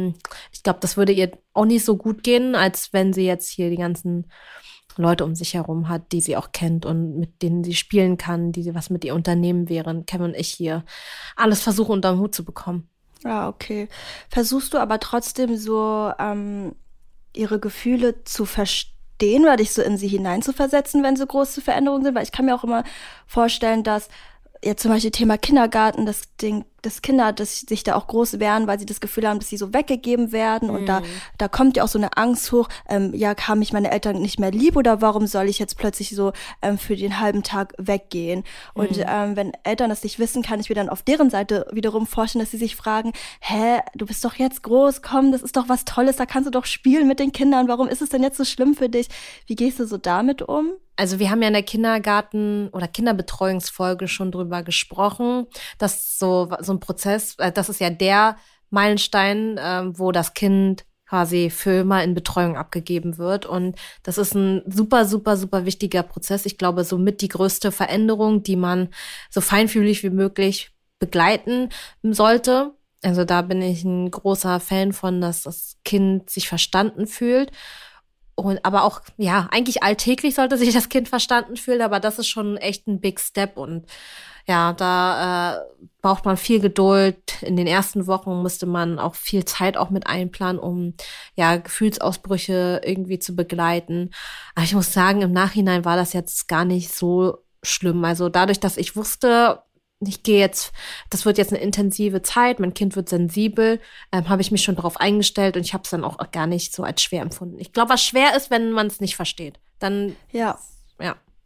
Ich glaube, das würde ihr auch nicht so gut gehen, als wenn sie jetzt hier die ganzen Leute um sich herum hat, die sie auch kennt und mit denen sie spielen kann, die sie was mit ihr unternehmen wären. Kevin und ich hier alles versuchen, unter den Hut zu bekommen. Ja, okay. Versuchst du aber trotzdem so ähm, ihre Gefühle zu verstehen oder dich so in sie hineinzuversetzen, wenn so große Veränderungen sind? Weil ich kann mir auch immer vorstellen, dass jetzt zum Beispiel Thema Kindergarten, das Ding, dass Kinder, dass sich da auch groß werden, weil sie das Gefühl haben, dass sie so weggegeben werden. Mm. Und da, da kommt ja auch so eine Angst hoch, ähm, ja, haben mich meine Eltern nicht mehr lieb oder warum soll ich jetzt plötzlich so ähm, für den halben Tag weggehen? Mm. Und ähm, wenn Eltern das nicht wissen, kann ich mir dann auf deren Seite wiederum vorstellen, dass sie sich fragen, hä, du bist doch jetzt groß, komm, das ist doch was Tolles, da kannst du doch spielen mit den Kindern, warum ist es denn jetzt so schlimm für dich? Wie gehst du so damit um? Also wir haben ja in der Kindergarten- oder Kinderbetreuungsfolge schon drüber gesprochen, dass so, so ein Prozess, das ist ja der Meilenstein, äh, wo das Kind quasi für immer in Betreuung abgegeben wird. Und das ist ein super, super, super wichtiger Prozess. Ich glaube, somit die größte Veränderung, die man so feinfühlig wie möglich begleiten sollte. Also da bin ich ein großer Fan von, dass das Kind sich verstanden fühlt. Und, aber auch, ja, eigentlich alltäglich sollte sich das Kind verstanden fühlen, aber das ist schon echt ein Big Step und ja, da äh, braucht man viel Geduld. In den ersten Wochen musste man auch viel Zeit auch mit einplanen, um ja Gefühlsausbrüche irgendwie zu begleiten. Aber ich muss sagen, im Nachhinein war das jetzt gar nicht so schlimm. Also dadurch, dass ich wusste, ich gehe jetzt, das wird jetzt eine intensive Zeit, mein Kind wird sensibel, ähm, habe ich mich schon darauf eingestellt und ich habe es dann auch gar nicht so als schwer empfunden. Ich glaube, was schwer ist, wenn man es nicht versteht. Dann, ja, ja,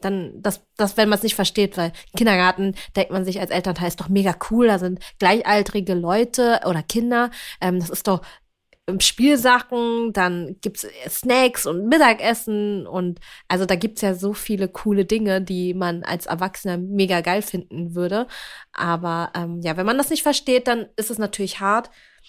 dann, das, das, wenn man es nicht versteht, weil im Kindergarten denkt man sich als Elternteil, ist doch mega cool, da sind gleichaltrige Leute oder Kinder, ähm, das ist doch Spielsachen, dann gibt's Snacks und Mittagessen und also da gibt's ja so viele coole Dinge, die man als Erwachsener mega geil finden würde. Aber ähm, ja, wenn man das nicht versteht, dann ist es natürlich hart.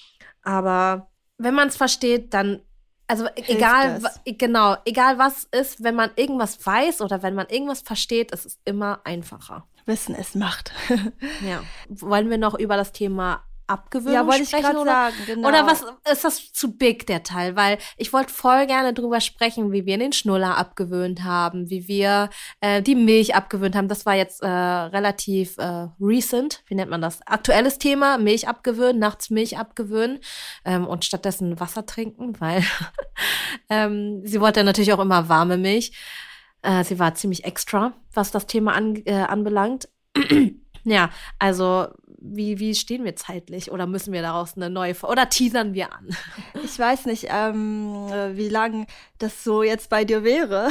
Aber wenn man es versteht, dann also Hilft egal, es. wa- genau, egal was ist, wenn man irgendwas weiß oder wenn man irgendwas versteht, es ist immer einfacher. Wissen ist Macht. Ja. Wollen wir noch über das Thema Abgewöhnung Ja, wollte ich sprechen? gerade oder? sagen, genau. Oder was ist das zu big, der Teil? Weil ich wollte voll gerne drüber sprechen, wie wir den Schnuller abgewöhnt haben, wie wir äh, die Milch abgewöhnt haben. Das war jetzt äh, relativ äh, recent, wie nennt man das? Aktuelles Thema, Milch abgewöhnen, nachts Milch abgewöhnen ähm, und stattdessen Wasser trinken, weil ähm, sie wollte natürlich auch immer warme Milch. Äh, sie war ziemlich extra, was das Thema an, äh, anbelangt. Ja, also wie, wie stehen wir zeitlich oder müssen wir daraus eine neue, oder teasern wir an? Ich weiß nicht, ähm, wie lang das so jetzt bei dir wäre.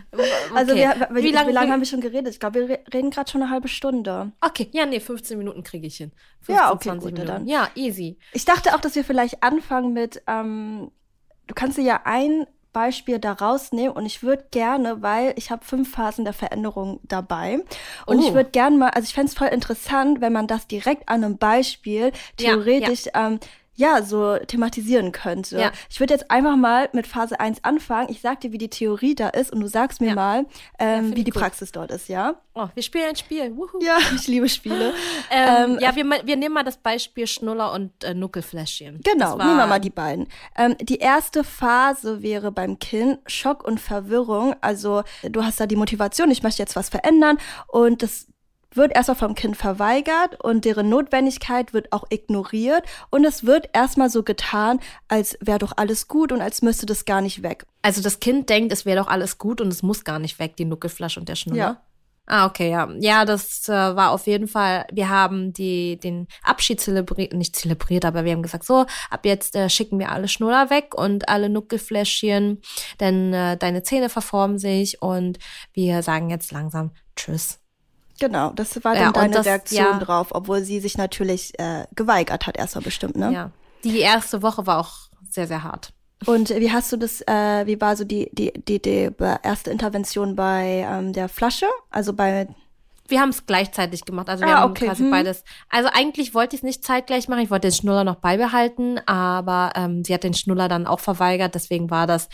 Also Okay. wir, wie, Wie lang- wie lange wie- haben wir schon geredet? Ich glaube, wir re- reden gerade schon eine halbe Stunde. Okay, ja, nee, fünfzehn Minuten kriege ich hin. fünfzehn, Ja, okay, zwanzig gut, Minuten. dann. Ja, easy. Ich dachte auch, dass wir vielleicht anfangen mit, ähm, du kannst dir ja ein Beispiel da rausnehmen und ich würde gerne, weil ich habe fünf Phasen der Veränderung dabei und Oh. ich würde gerne mal, also ich fände es voll interessant, wenn man das direkt an einem Beispiel Ja, theoretisch ähm, ja, so thematisieren könnte. Ja. Ich würde jetzt einfach mal mit Phase eins anfangen. Ich sag dir, wie die Theorie da ist und du sagst mir Ja. mal, ähm, find wie ich die gut. Praxis dort ist, ja? Oh, wir spielen ein Spiel. Wuhu. Ja, ich liebe Spiele. Ähm, ähm, ja, wir, wir nehmen mal das Beispiel Schnuller und äh, Nuckelfläschchen. Genau, Das war- nehmen wir mal die beiden. Ähm, die erste Phase wäre beim Kind Schock und Verwirrung. Also du hast da die Motivation, ich möchte jetzt was verändern und das wird erstmal vom Kind verweigert und deren Notwendigkeit wird auch ignoriert und es wird erstmal so getan, als wäre doch alles gut und als müsste das gar nicht weg. Also das Kind denkt, es wäre doch alles gut und es muss gar nicht weg, die Nuckelflasche und der Schnuller. Ja. Ah, okay, ja. Ja, das äh, war auf jeden Fall, wir haben die den Abschied zelebriert, nicht zelebriert, aber wir haben gesagt, so, ab jetzt äh, schicken wir alle Schnuller weg und alle Nuckelfläschchen, denn äh, deine Zähne verformen sich und wir sagen jetzt langsam Tschüss. Genau, das war dann Ja, und deine das- Reaktion ja. drauf, obwohl sie sich natürlich äh, geweigert hat, erstmal bestimmt, ne? Ja. Die erste Woche war auch sehr, sehr hart. Und wie hast du das, äh, wie war so die, die, die, die erste Intervention bei ähm, der Flasche? Also bei, Wir haben es gleichzeitig gemacht, also wir Ah, haben okay, quasi hm. beides. Also eigentlich wollte ich es nicht zeitgleich machen, ich wollte den Schnuller noch beibehalten, aber ähm, sie hat den Schnuller dann auch verweigert, deswegen war das,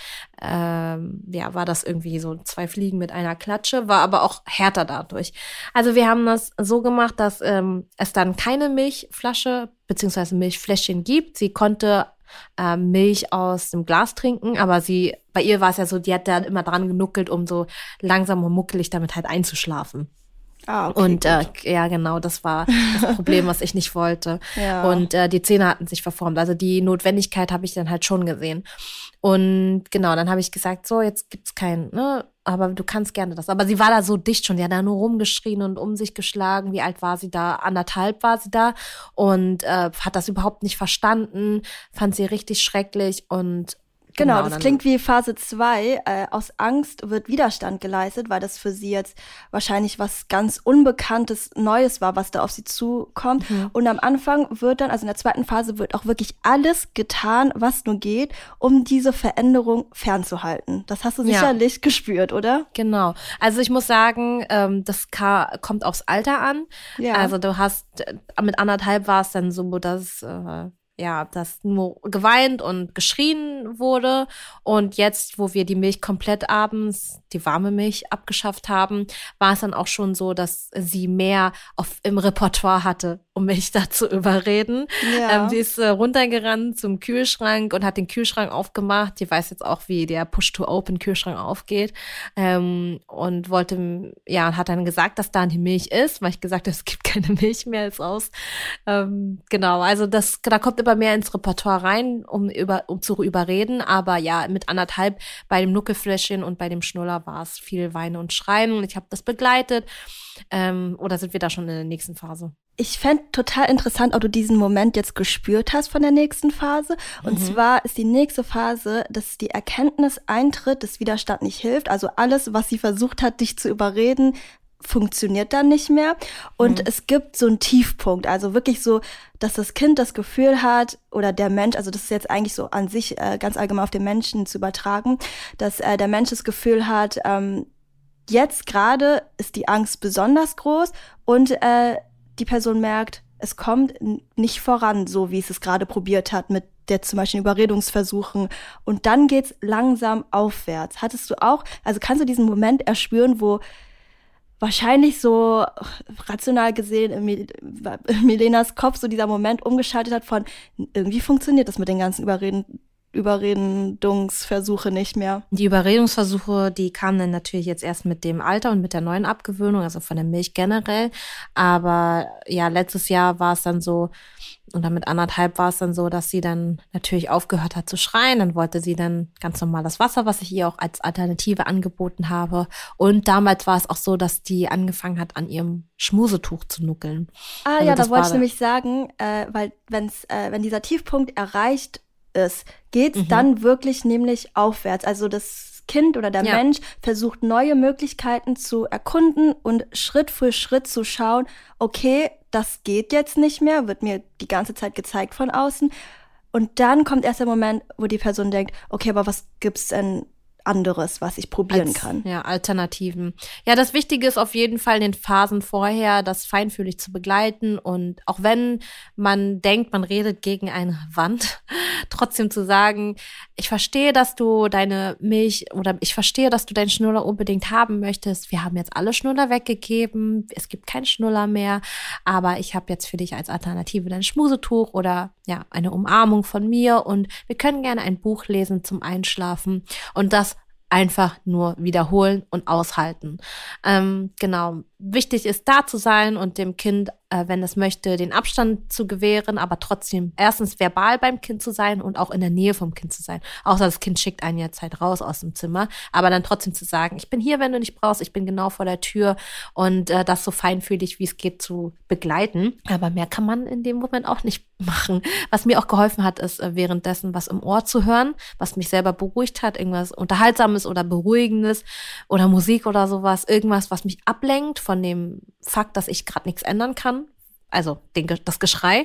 ähm, ja, war das irgendwie so zwei Fliegen mit einer Klatsche, war aber auch härter dadurch. Also wir haben das so gemacht, dass ähm, es dann keine Milchflasche beziehungsweise Milchfläschchen gibt. Sie konnte ähm, Milch aus dem Glas trinken, aber sie, bei ihr war es ja so, die hat da immer dran genuckelt, um so langsam und muckelig damit halt einzuschlafen. ah, okay, Und äh, gut. ja, genau, das war das Problem, was ich nicht wollte. Ja. Und äh, die Zähne hatten sich verformt. Also die Notwendigkeit habe ich dann halt schon gesehen. Und genau, dann habe ich gesagt, so, jetzt gibt's keinen, ne, aber du kannst gerne das. Aber sie war da so dicht schon, die hat da nur rumgeschrien und um sich geschlagen. Wie alt war sie da? Anderthalb war sie da und äh, hat das überhaupt nicht verstanden, fand sie richtig schrecklich und Genau, das dann- klingt wie Phase zwei. Äh, aus Angst wird Widerstand geleistet, weil das für sie jetzt wahrscheinlich was ganz Unbekanntes, Neues war, was da auf sie zukommt. Mhm. Und am Anfang wird dann, also in der zweiten Phase, wird auch wirklich alles getan, was nur geht, um diese Veränderung fernzuhalten. Das hast du Ja. sicherlich gespürt, oder? Genau. Also ich muss sagen, ähm, das ka- kommt aufs Alter an. Ja. Also du hast, äh, mit anderthalb war es dann so, dass, äh, ja, dass nur geweint und geschrien wurde. Und jetzt, wo wir die Milch komplett abends, die warme Milch abgeschafft haben, war es dann auch schon so, dass sie mehr auf, im Repertoire hatte, um mich da zu überreden. Ja. Ähm, sie ist äh, runtergerannt zum Kühlschrank und hat den Kühlschrank aufgemacht. Die weiß jetzt auch, wie der Push-to-Open-Kühlschrank aufgeht. Ähm, und wollte, ja, hat dann gesagt, dass da die Milch ist, weil ich gesagt habe, es gibt keine Milch mehr, ist aus. Ähm, genau, also das, da kommt immer aber mehr ins Repertoire rein, um über um zu überreden. Aber ja, mit anderthalb bei dem Nuckelfläschchen und bei dem Schnuller war es viel Weinen und Schreien. Und ich habe das begleitet. Ähm, oder sind wir da schon in der nächsten Phase? Ich fände total interessant, ob du diesen Moment jetzt gespürt hast von der nächsten Phase. Und mhm. zwar ist die nächste Phase, dass die Erkenntnis eintritt, dass Widerstand nicht hilft. Also alles, was sie versucht hat, dich zu überreden, funktioniert dann nicht mehr. Und mhm. es gibt so einen Tiefpunkt. Also wirklich so, dass das Kind das Gefühl hat, oder der Mensch, also das ist jetzt eigentlich so an sich äh, ganz allgemein auf den Menschen zu übertragen, dass äh, der Mensch das Gefühl hat, ähm, jetzt gerade ist die Angst besonders groß und äh, die Person merkt, es kommt nicht voran, so wie es es gerade probiert hat mit der zum Beispiel Überredungsversuchen. Und dann geht's langsam aufwärts. Hattest du auch, also kannst du diesen Moment erspüren, wo wahrscheinlich so rational gesehen in, Mil- in Milenas Kopf so dieser Moment umgeschaltet hat von, irgendwie funktioniert das mit den ganzen Überreden, Überredungsversuche nicht mehr. Die Überredungsversuche, die kamen dann natürlich jetzt erst mit dem Alter und mit der neuen Abgewöhnung, also von der Milch generell. Aber ja, letztes Jahr war es dann so, oder mit anderthalb war es dann so, dass sie dann natürlich aufgehört hat zu schreien. Dann wollte sie dann ganz normal das Wasser, was ich ihr auch als Alternative angeboten habe. Und damals war es auch so, dass die angefangen hat, an ihrem Schmusetuch zu nuckeln. Ah also ja, da wollte ich nämlich sagen, äh, weil wenn's, äh, wenn dieser Tiefpunkt erreicht ist, geht's mhm. dann wirklich nämlich aufwärts. Also das Kind oder der ja. Mensch versucht neue Möglichkeiten zu erkunden und Schritt für Schritt zu schauen, okay, das geht jetzt nicht mehr, wird mir die ganze Zeit gezeigt von außen. Und dann kommt erst der Moment, wo die Person denkt, okay, aber was gibt's denn anderes, was ich probieren Als, kann? Ja, Alternativen. Ja, das Wichtige ist auf jeden Fall in den Phasen vorher, das feinfühlig zu begleiten und auch wenn man denkt, man redet gegen eine Wand, trotzdem zu sagen, ich verstehe, dass du deine Milch oder ich verstehe, dass du deinen Schnuller unbedingt haben möchtest. Wir haben jetzt alle Schnuller weggegeben, es gibt keinen Schnuller mehr, aber ich habe jetzt für dich als Alternative dein Schmusetuch oder ja, eine Umarmung von mir und wir können gerne ein Buch lesen zum Einschlafen und das einfach nur wiederholen und aushalten. Ähm, genau. Wichtig ist, da zu sein und dem Kind, äh, wenn es möchte, den Abstand zu gewähren, aber trotzdem erstens verbal beim Kind zu sein und auch in der Nähe vom Kind zu sein. Außer das Kind schickt einen jetzt halt raus aus dem Zimmer, aber dann trotzdem zu sagen, ich bin hier, wenn du nicht brauchst, ich bin genau vor der Tür und äh, das so feinfühlig, wie es geht, zu begleiten. Aber mehr kann man in dem Moment auch nicht machen. Was mir auch geholfen hat, ist äh, währenddessen was im Ohr zu hören, was mich selber beruhigt hat, irgendwas Unterhaltsames oder Beruhigendes oder Musik oder sowas, irgendwas, was mich ablenkt von dem Fakt, dass ich gerade nichts ändern kann. Also den, das Geschrei.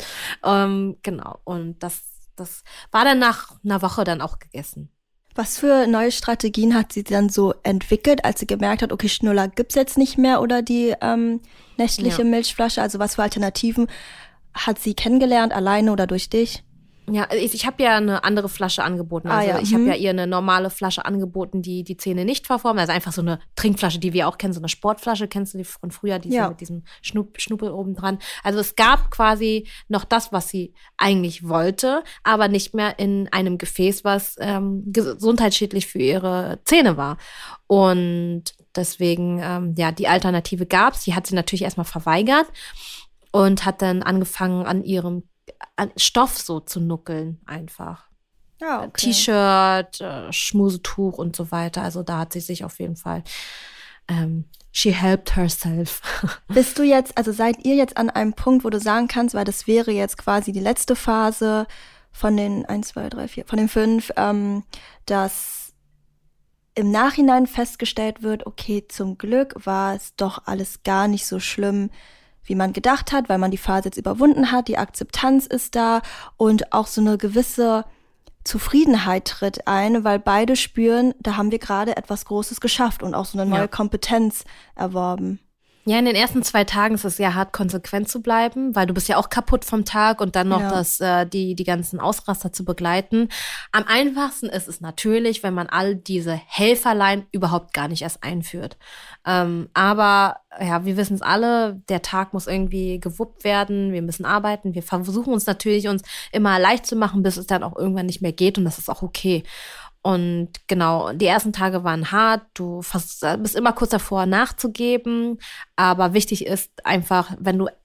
ähm, genau. Und das, das war dann nach einer Woche dann auch gegessen. Was für neue Strategien hat sie dann so entwickelt, als sie gemerkt hat, okay, Schnuller gibt's jetzt nicht mehr oder die ähm, nächtliche ja. Milchflasche? Also was für Alternativen hat sie kennengelernt, alleine oder durch dich? Ja, ich, ich habe ja eine andere Flasche angeboten. Also ah, ja. ich habe ja ihr eine normale Flasche angeboten, die die Zähne nicht verformt. Also einfach so eine Trinkflasche, die wir auch kennen, so eine Sportflasche. Kennst du die von früher, die ja. so mit diesem Schnupp, Schnuppel oben dran. Also es gab quasi noch das, was sie eigentlich wollte, aber nicht mehr in einem Gefäß, was ähm, gesundheitsschädlich für ihre Zähne war. Und deswegen, ähm, ja, die Alternative gab's. Die hat sie natürlich erstmal verweigert und hat dann angefangen, an ihrem an Stoff so zu nuckeln einfach. Ja, okay. T-Shirt, äh, Schmusetuch und so weiter. Also da hat sie sich auf jeden Fall, ähm, she helped herself. Bist du jetzt, also seid ihr jetzt an einem Punkt, wo du sagen kannst, weil das wäre jetzt quasi die letzte Phase von den eins, zwei, drei, vier, von den fünf, ähm, dass im Nachhinein festgestellt wird, okay, zum Glück war es doch alles gar nicht so schlimm, wie man gedacht hat, weil man die Phase jetzt überwunden hat, die Akzeptanz ist da und auch so eine gewisse Zufriedenheit tritt ein, weil beide spüren, da haben wir gerade etwas Großes geschafft und auch so eine neue ja. Kompetenz erworben. Ja, in den ersten zwei Tagen ist es sehr hart, konsequent zu bleiben, weil du bist ja auch kaputt vom Tag und dann noch ja. das, äh, die, die ganzen Ausraster zu begleiten. Am einfachsten ist es natürlich, wenn man all diese Helferlein überhaupt gar nicht erst einführt. Ähm, aber ja, wir wissen es alle, der Tag muss irgendwie gewuppt werden, wir müssen arbeiten, wir versuchen uns natürlich, uns immer leicht zu machen, bis es dann auch irgendwann nicht mehr geht und das ist auch okay. Und genau, die ersten Tage waren hart, du bist immer kurz davor nachzugeben, aber wichtig ist einfach, wenn du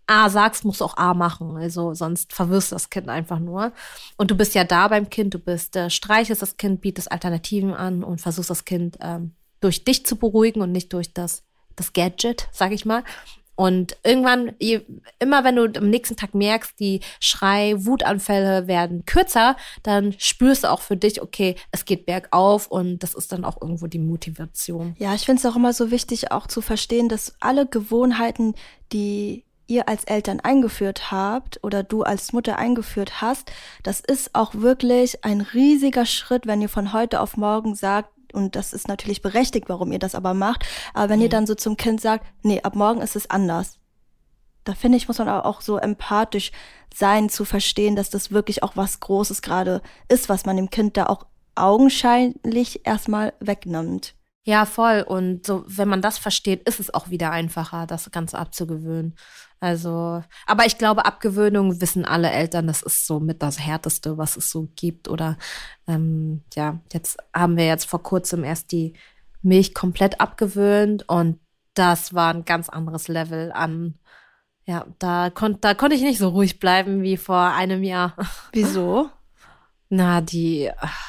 A sagst, musst du auch A machen. Also sonst verwirrst du das Kind einfach nur. Und du bist ja da beim Kind, du bist, äh, streichelst das Kind, bietest Alternativen an und versuchst das Kind ähm, durch dich zu beruhigen und nicht durch das, das Gadget, sag ich mal. Und irgendwann, je, immer wenn du am nächsten Tag merkst, die Schrei-Wutanfälle werden kürzer, dann spürst du auch für dich, okay, es geht bergauf und das ist dann auch irgendwo die Motivation. Ja, ich finde es auch immer so wichtig, auch zu verstehen, dass alle Gewohnheiten, die ihr als Eltern eingeführt habt oder du als Mutter eingeführt hast, das ist auch wirklich ein riesiger Schritt, wenn ihr von heute auf morgen sagt, und das ist natürlich berechtigt, warum ihr das aber macht. Aber wenn mhm. ihr dann so zum Kind sagt, nee, ab morgen ist es anders. Da finde ich, muss man auch so empathisch sein, zu verstehen, dass das wirklich auch was Großes gerade ist, was man dem Kind da auch augenscheinlich erstmal wegnimmt. Ja, voll. Und so, wenn man das versteht, ist es auch wieder einfacher, das Ganze abzugewöhnen. Also, aber ich glaube, Abgewöhnung wissen alle Eltern, das ist so mit das Härteste, was es so gibt. Oder ähm, ja, jetzt haben wir jetzt vor kurzem erst die Milch komplett abgewöhnt und das war ein ganz anderes Level an, ja, da konnte da konnte ich nicht so ruhig bleiben wie vor einem Jahr. Wieso? Na, die,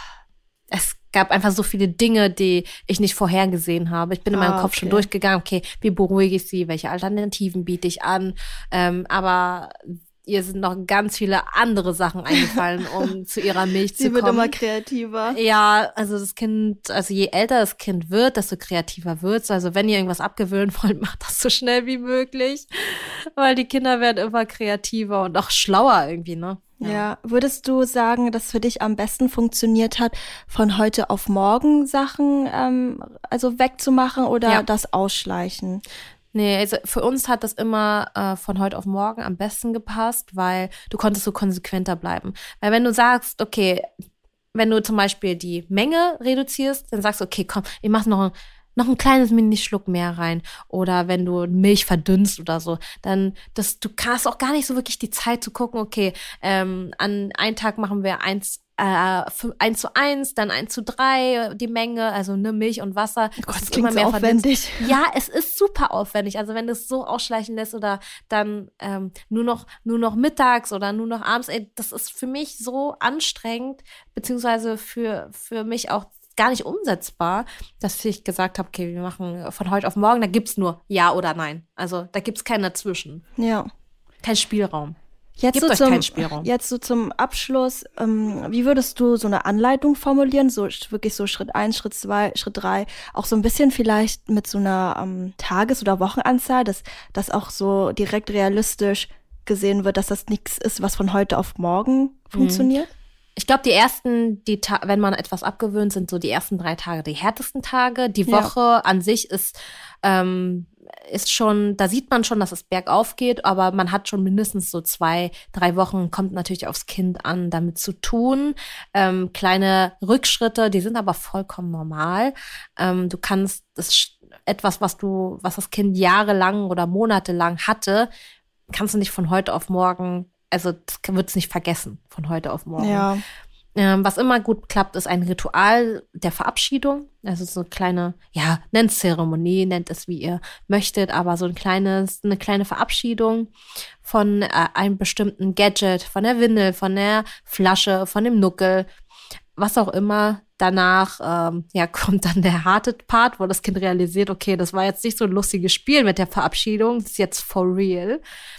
es gab einfach so viele Dinge, die ich nicht vorhergesehen habe. Ich bin in meinem ah, Kopf okay. schon durchgegangen, okay, wie beruhige ich sie, welche Alternativen biete ich an, ähm, aber ihr sind noch ganz viele andere Sachen eingefallen, um zu ihrer Milch zu kommen. Sie wird immer kreativer. Ja, also das Kind, also je älter das Kind wird, desto kreativer wird's. Also wenn ihr irgendwas abgewöhnen wollt, macht das so schnell wie möglich, weil die Kinder werden immer kreativer und auch schlauer irgendwie, ne? Ja. ja, würdest du sagen, dass für dich am besten funktioniert hat, von heute auf morgen Sachen ähm, also wegzumachen oder ja. das Ausschleichen? Nee, also für uns hat das immer äh, von heute auf morgen am besten gepasst, weil du konntest so konsequenter bleiben. Weil wenn du sagst, okay, wenn du zum Beispiel die Menge reduzierst, dann sagst du, okay, komm, ich mach noch ein noch ein kleines Minischluck mehr rein. Oder wenn du Milch verdünnst oder so, dann, das, du hast auch gar nicht so wirklich die Zeit zu gucken, okay, ähm, an einem Tag machen wir eins, äh, eins zu eins, dann eins zu drei, die Menge, also ne, Milch und Wasser. Oh Gott, das klingt immer mehr so aufwendig. Verdünnst. Ja, es ist super aufwendig. Also wenn du es so ausschleichen lässt oder dann ähm, nur noch, nur noch mittags oder nur noch abends, ey, das ist für mich so anstrengend, beziehungsweise für, für mich auch gar nicht umsetzbar, dass ich gesagt habe, okay, wir machen von heute auf morgen, da gibt's nur Ja oder Nein. Also da gibt's keinen dazwischen. Ja. Kein Spielraum. Jetzt Gibt so euch zum, keinen Spielraum. Jetzt so zum Abschluss, ähm, wie würdest du so eine Anleitung formulieren? So wirklich so Schritt eins, Schritt zwei, Schritt drei, auch so ein bisschen vielleicht mit so einer ähm, Tages- oder Wochenanzahl, dass das auch so direkt realistisch gesehen wird, dass das nichts ist, was von heute auf morgen funktioniert? Mhm. Ich glaube, die ersten, die Ta- wenn man etwas abgewöhnt, sind so die ersten drei Tage die härtesten Tage. Die Woche ja. an sich ist ähm, ist schon, da sieht man schon, dass es bergauf geht, aber man hat schon mindestens so zwei, drei Wochen, kommt natürlich aufs Kind an, damit zu tun. Ähm, kleine Rückschritte, die sind aber vollkommen normal. Ähm, du kannst das etwas, was du, was das Kind jahrelang oder monatelang hatte, kannst du nicht von heute auf morgen. Also das wird es nicht vergessen von heute auf morgen. Ja. Ähm, was immer gut klappt, ist ein Ritual der Verabschiedung. Also so eine kleine, ja, nennt es Zeremonie, nennt es wie ihr möchtet, aber so ein kleines, eine kleine Verabschiedung von äh, einem bestimmten Gadget, von der Windel, von der Flasche, von dem Nuckel, was auch immer. Danach ähm, ja, kommt dann der harte Part, wo das Kind realisiert, okay, das war jetzt nicht so ein lustiges Spiel mit der Verabschiedung, das ist jetzt for real.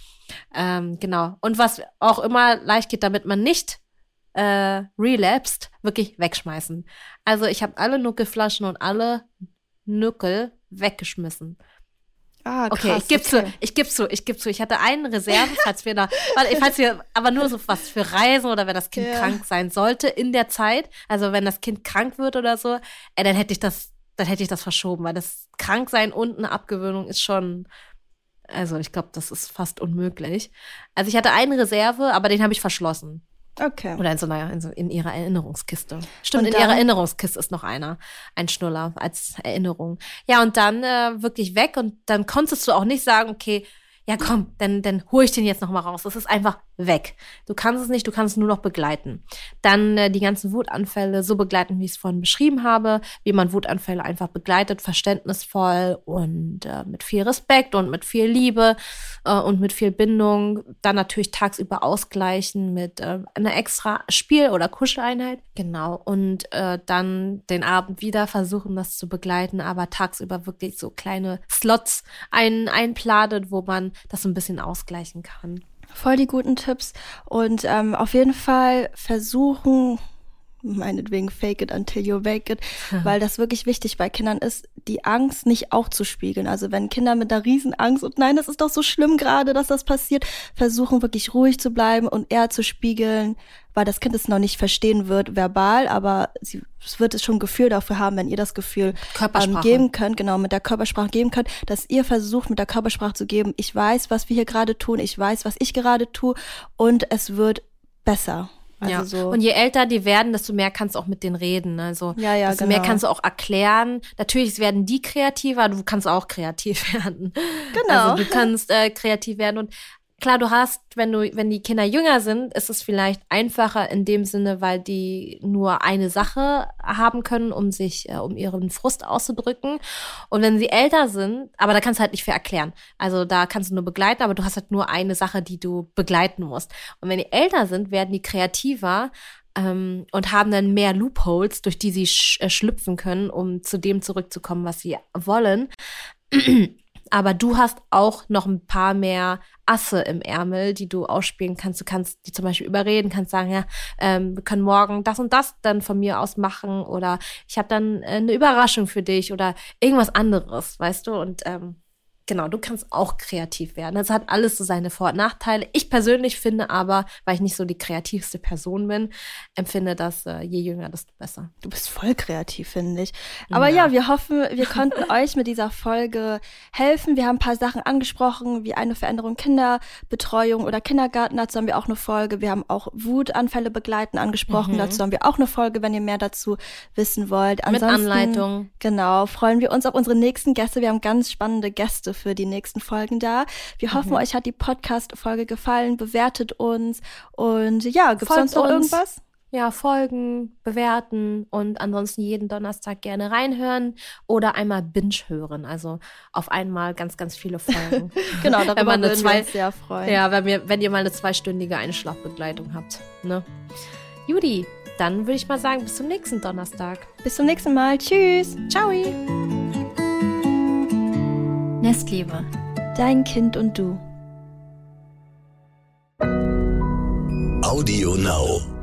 Ähm, genau. Und was auch immer leicht geht, damit man nicht äh, relapsed, wirklich wegschmeißen. Also ich habe alle Nuckelflaschen und alle Nuckel weggeschmissen. Ah, krass. Okay, ich gebe zu, ich gebe zu, ich gebe zu. Ich hatte einen Reserve, falls wir da, falls wir, aber nur so was für Reisen oder wenn das Kind yeah. krank sein sollte in der Zeit. Also wenn das Kind krank wird oder so, ey, dann hätte ich das, dann hätte ich das verschoben, weil das Kranksein und eine Abgewöhnung ist schon. Also ich glaube, das ist fast unmöglich. Also ich hatte eine Reserve, aber den habe ich verschlossen. Okay. Oder in so einer, in, so, in ihrer Erinnerungskiste. Stimmt, und in dann, ihrer Erinnerungskiste ist noch einer, ein Schnuller als Erinnerung. Ja, und dann äh, wirklich weg und dann konntest du auch nicht sagen, okay, ja komm, dann, dann hole ich den jetzt noch mal raus. Das ist einfach weg. Du kannst es nicht, du kannst es nur noch begleiten. Dann äh, die ganzen Wutanfälle so begleiten, wie ich es vorhin beschrieben habe, wie man Wutanfälle einfach begleitet, verständnisvoll und äh, mit viel Respekt und mit viel Liebe äh, und mit viel Bindung. Dann natürlich tagsüber ausgleichen mit äh, einer extra Spiel- oder Kuscheleinheit. Genau. Und äh, dann den Abend wieder versuchen, das zu begleiten, aber tagsüber wirklich so kleine Slots ein, einplanet, wo man das so ein bisschen ausgleichen kann. Voll die guten Tipps und ähm, auf jeden Fall versuchen, meinetwegen fake it until you make it, weil das wirklich wichtig bei Kindern ist, die Angst nicht auch zu spiegeln. Also wenn Kinder mit einer riesen Angst und nein, das ist doch so schlimm gerade, dass das passiert, versuchen wirklich ruhig zu bleiben und eher zu spiegeln, weil das Kind es noch nicht verstehen wird verbal, aber sie, es wird es schon ein Gefühl dafür haben, wenn ihr das Gefühl ähm, geben könnt, genau, mit der Körpersprache geben könnt, dass ihr versucht, mit der Körpersprache zu geben, ich weiß, was wir hier gerade tun, ich weiß, was ich gerade tue und es wird besser. Also ja. so. Und je älter die werden, desto mehr kannst du auch mit denen reden. Also ja, ja, desto genau. mehr kannst du auch erklären. Natürlich werden die kreativer, du kannst auch kreativ werden. Genau. Also du kannst äh, kreativ werden und klar, du hast, wenn du, wenn die Kinder jünger sind, ist es vielleicht einfacher in dem Sinne, weil die nur eine Sache haben können, um sich, äh, um ihren Frust auszudrücken. Und wenn sie älter sind, aber da kannst du halt nicht viel erklären. Also da kannst du nur begleiten, aber du hast halt nur eine Sache, die du begleiten musst. Und wenn die älter sind, werden die kreativer ähm, und haben dann mehr Loopholes, durch die sie sch- äh, schlüpfen können, um zu dem zurückzukommen, was sie wollen. Aber du hast auch noch ein paar mehr Asse im Ärmel, die du ausspielen kannst. Du kannst die zum Beispiel überreden, kannst sagen, ja, ähm, wir können morgen das und das dann von mir aus machen oder ich habe dann äh, eine Überraschung für dich oder irgendwas anderes, weißt du? Und ähm, genau, du kannst auch kreativ werden. Das hat alles so seine Vor- und Nachteile. Ich persönlich finde aber, weil ich nicht so die kreativste Person bin, empfinde, dass äh, je jünger, desto besser. Du bist voll kreativ, finde ich. Aber ja. ja, wir hoffen, wir konnten euch mit dieser Folge helfen. Wir haben ein paar Sachen angesprochen, wie eine Veränderung Kinderbetreuung oder Kindergarten. Dazu haben wir auch eine Folge. Wir haben auch Wutanfälle begleiten angesprochen. Mhm. Dazu haben wir auch eine Folge, wenn ihr mehr dazu wissen wollt. Ansonsten, mit Anleitung. Genau, freuen wir uns auf unsere nächsten Gäste. Wir haben ganz spannende Gäste für die nächsten Folgen da. Wir hoffen, mhm. euch hat die Podcast-Folge gefallen. Bewertet uns. Und ja, gibt es sonst noch irgendwas? Ja, folgen, bewerten und ansonsten jeden Donnerstag gerne reinhören oder einmal binge hören. Also auf einmal ganz, ganz viele Folgen. Genau, darüber wenn man eine würden zwei, wir uns sehr freuen. Ja, wenn, wir, wenn ihr mal eine zweistündige Einschlafbegleitung habt. Ne? Judy, dann würde ich mal sagen, bis zum nächsten Donnerstag. Bis zum nächsten Mal. Tschüss. Ciao. Nestliebe. Dein Kind und du. Audio Now.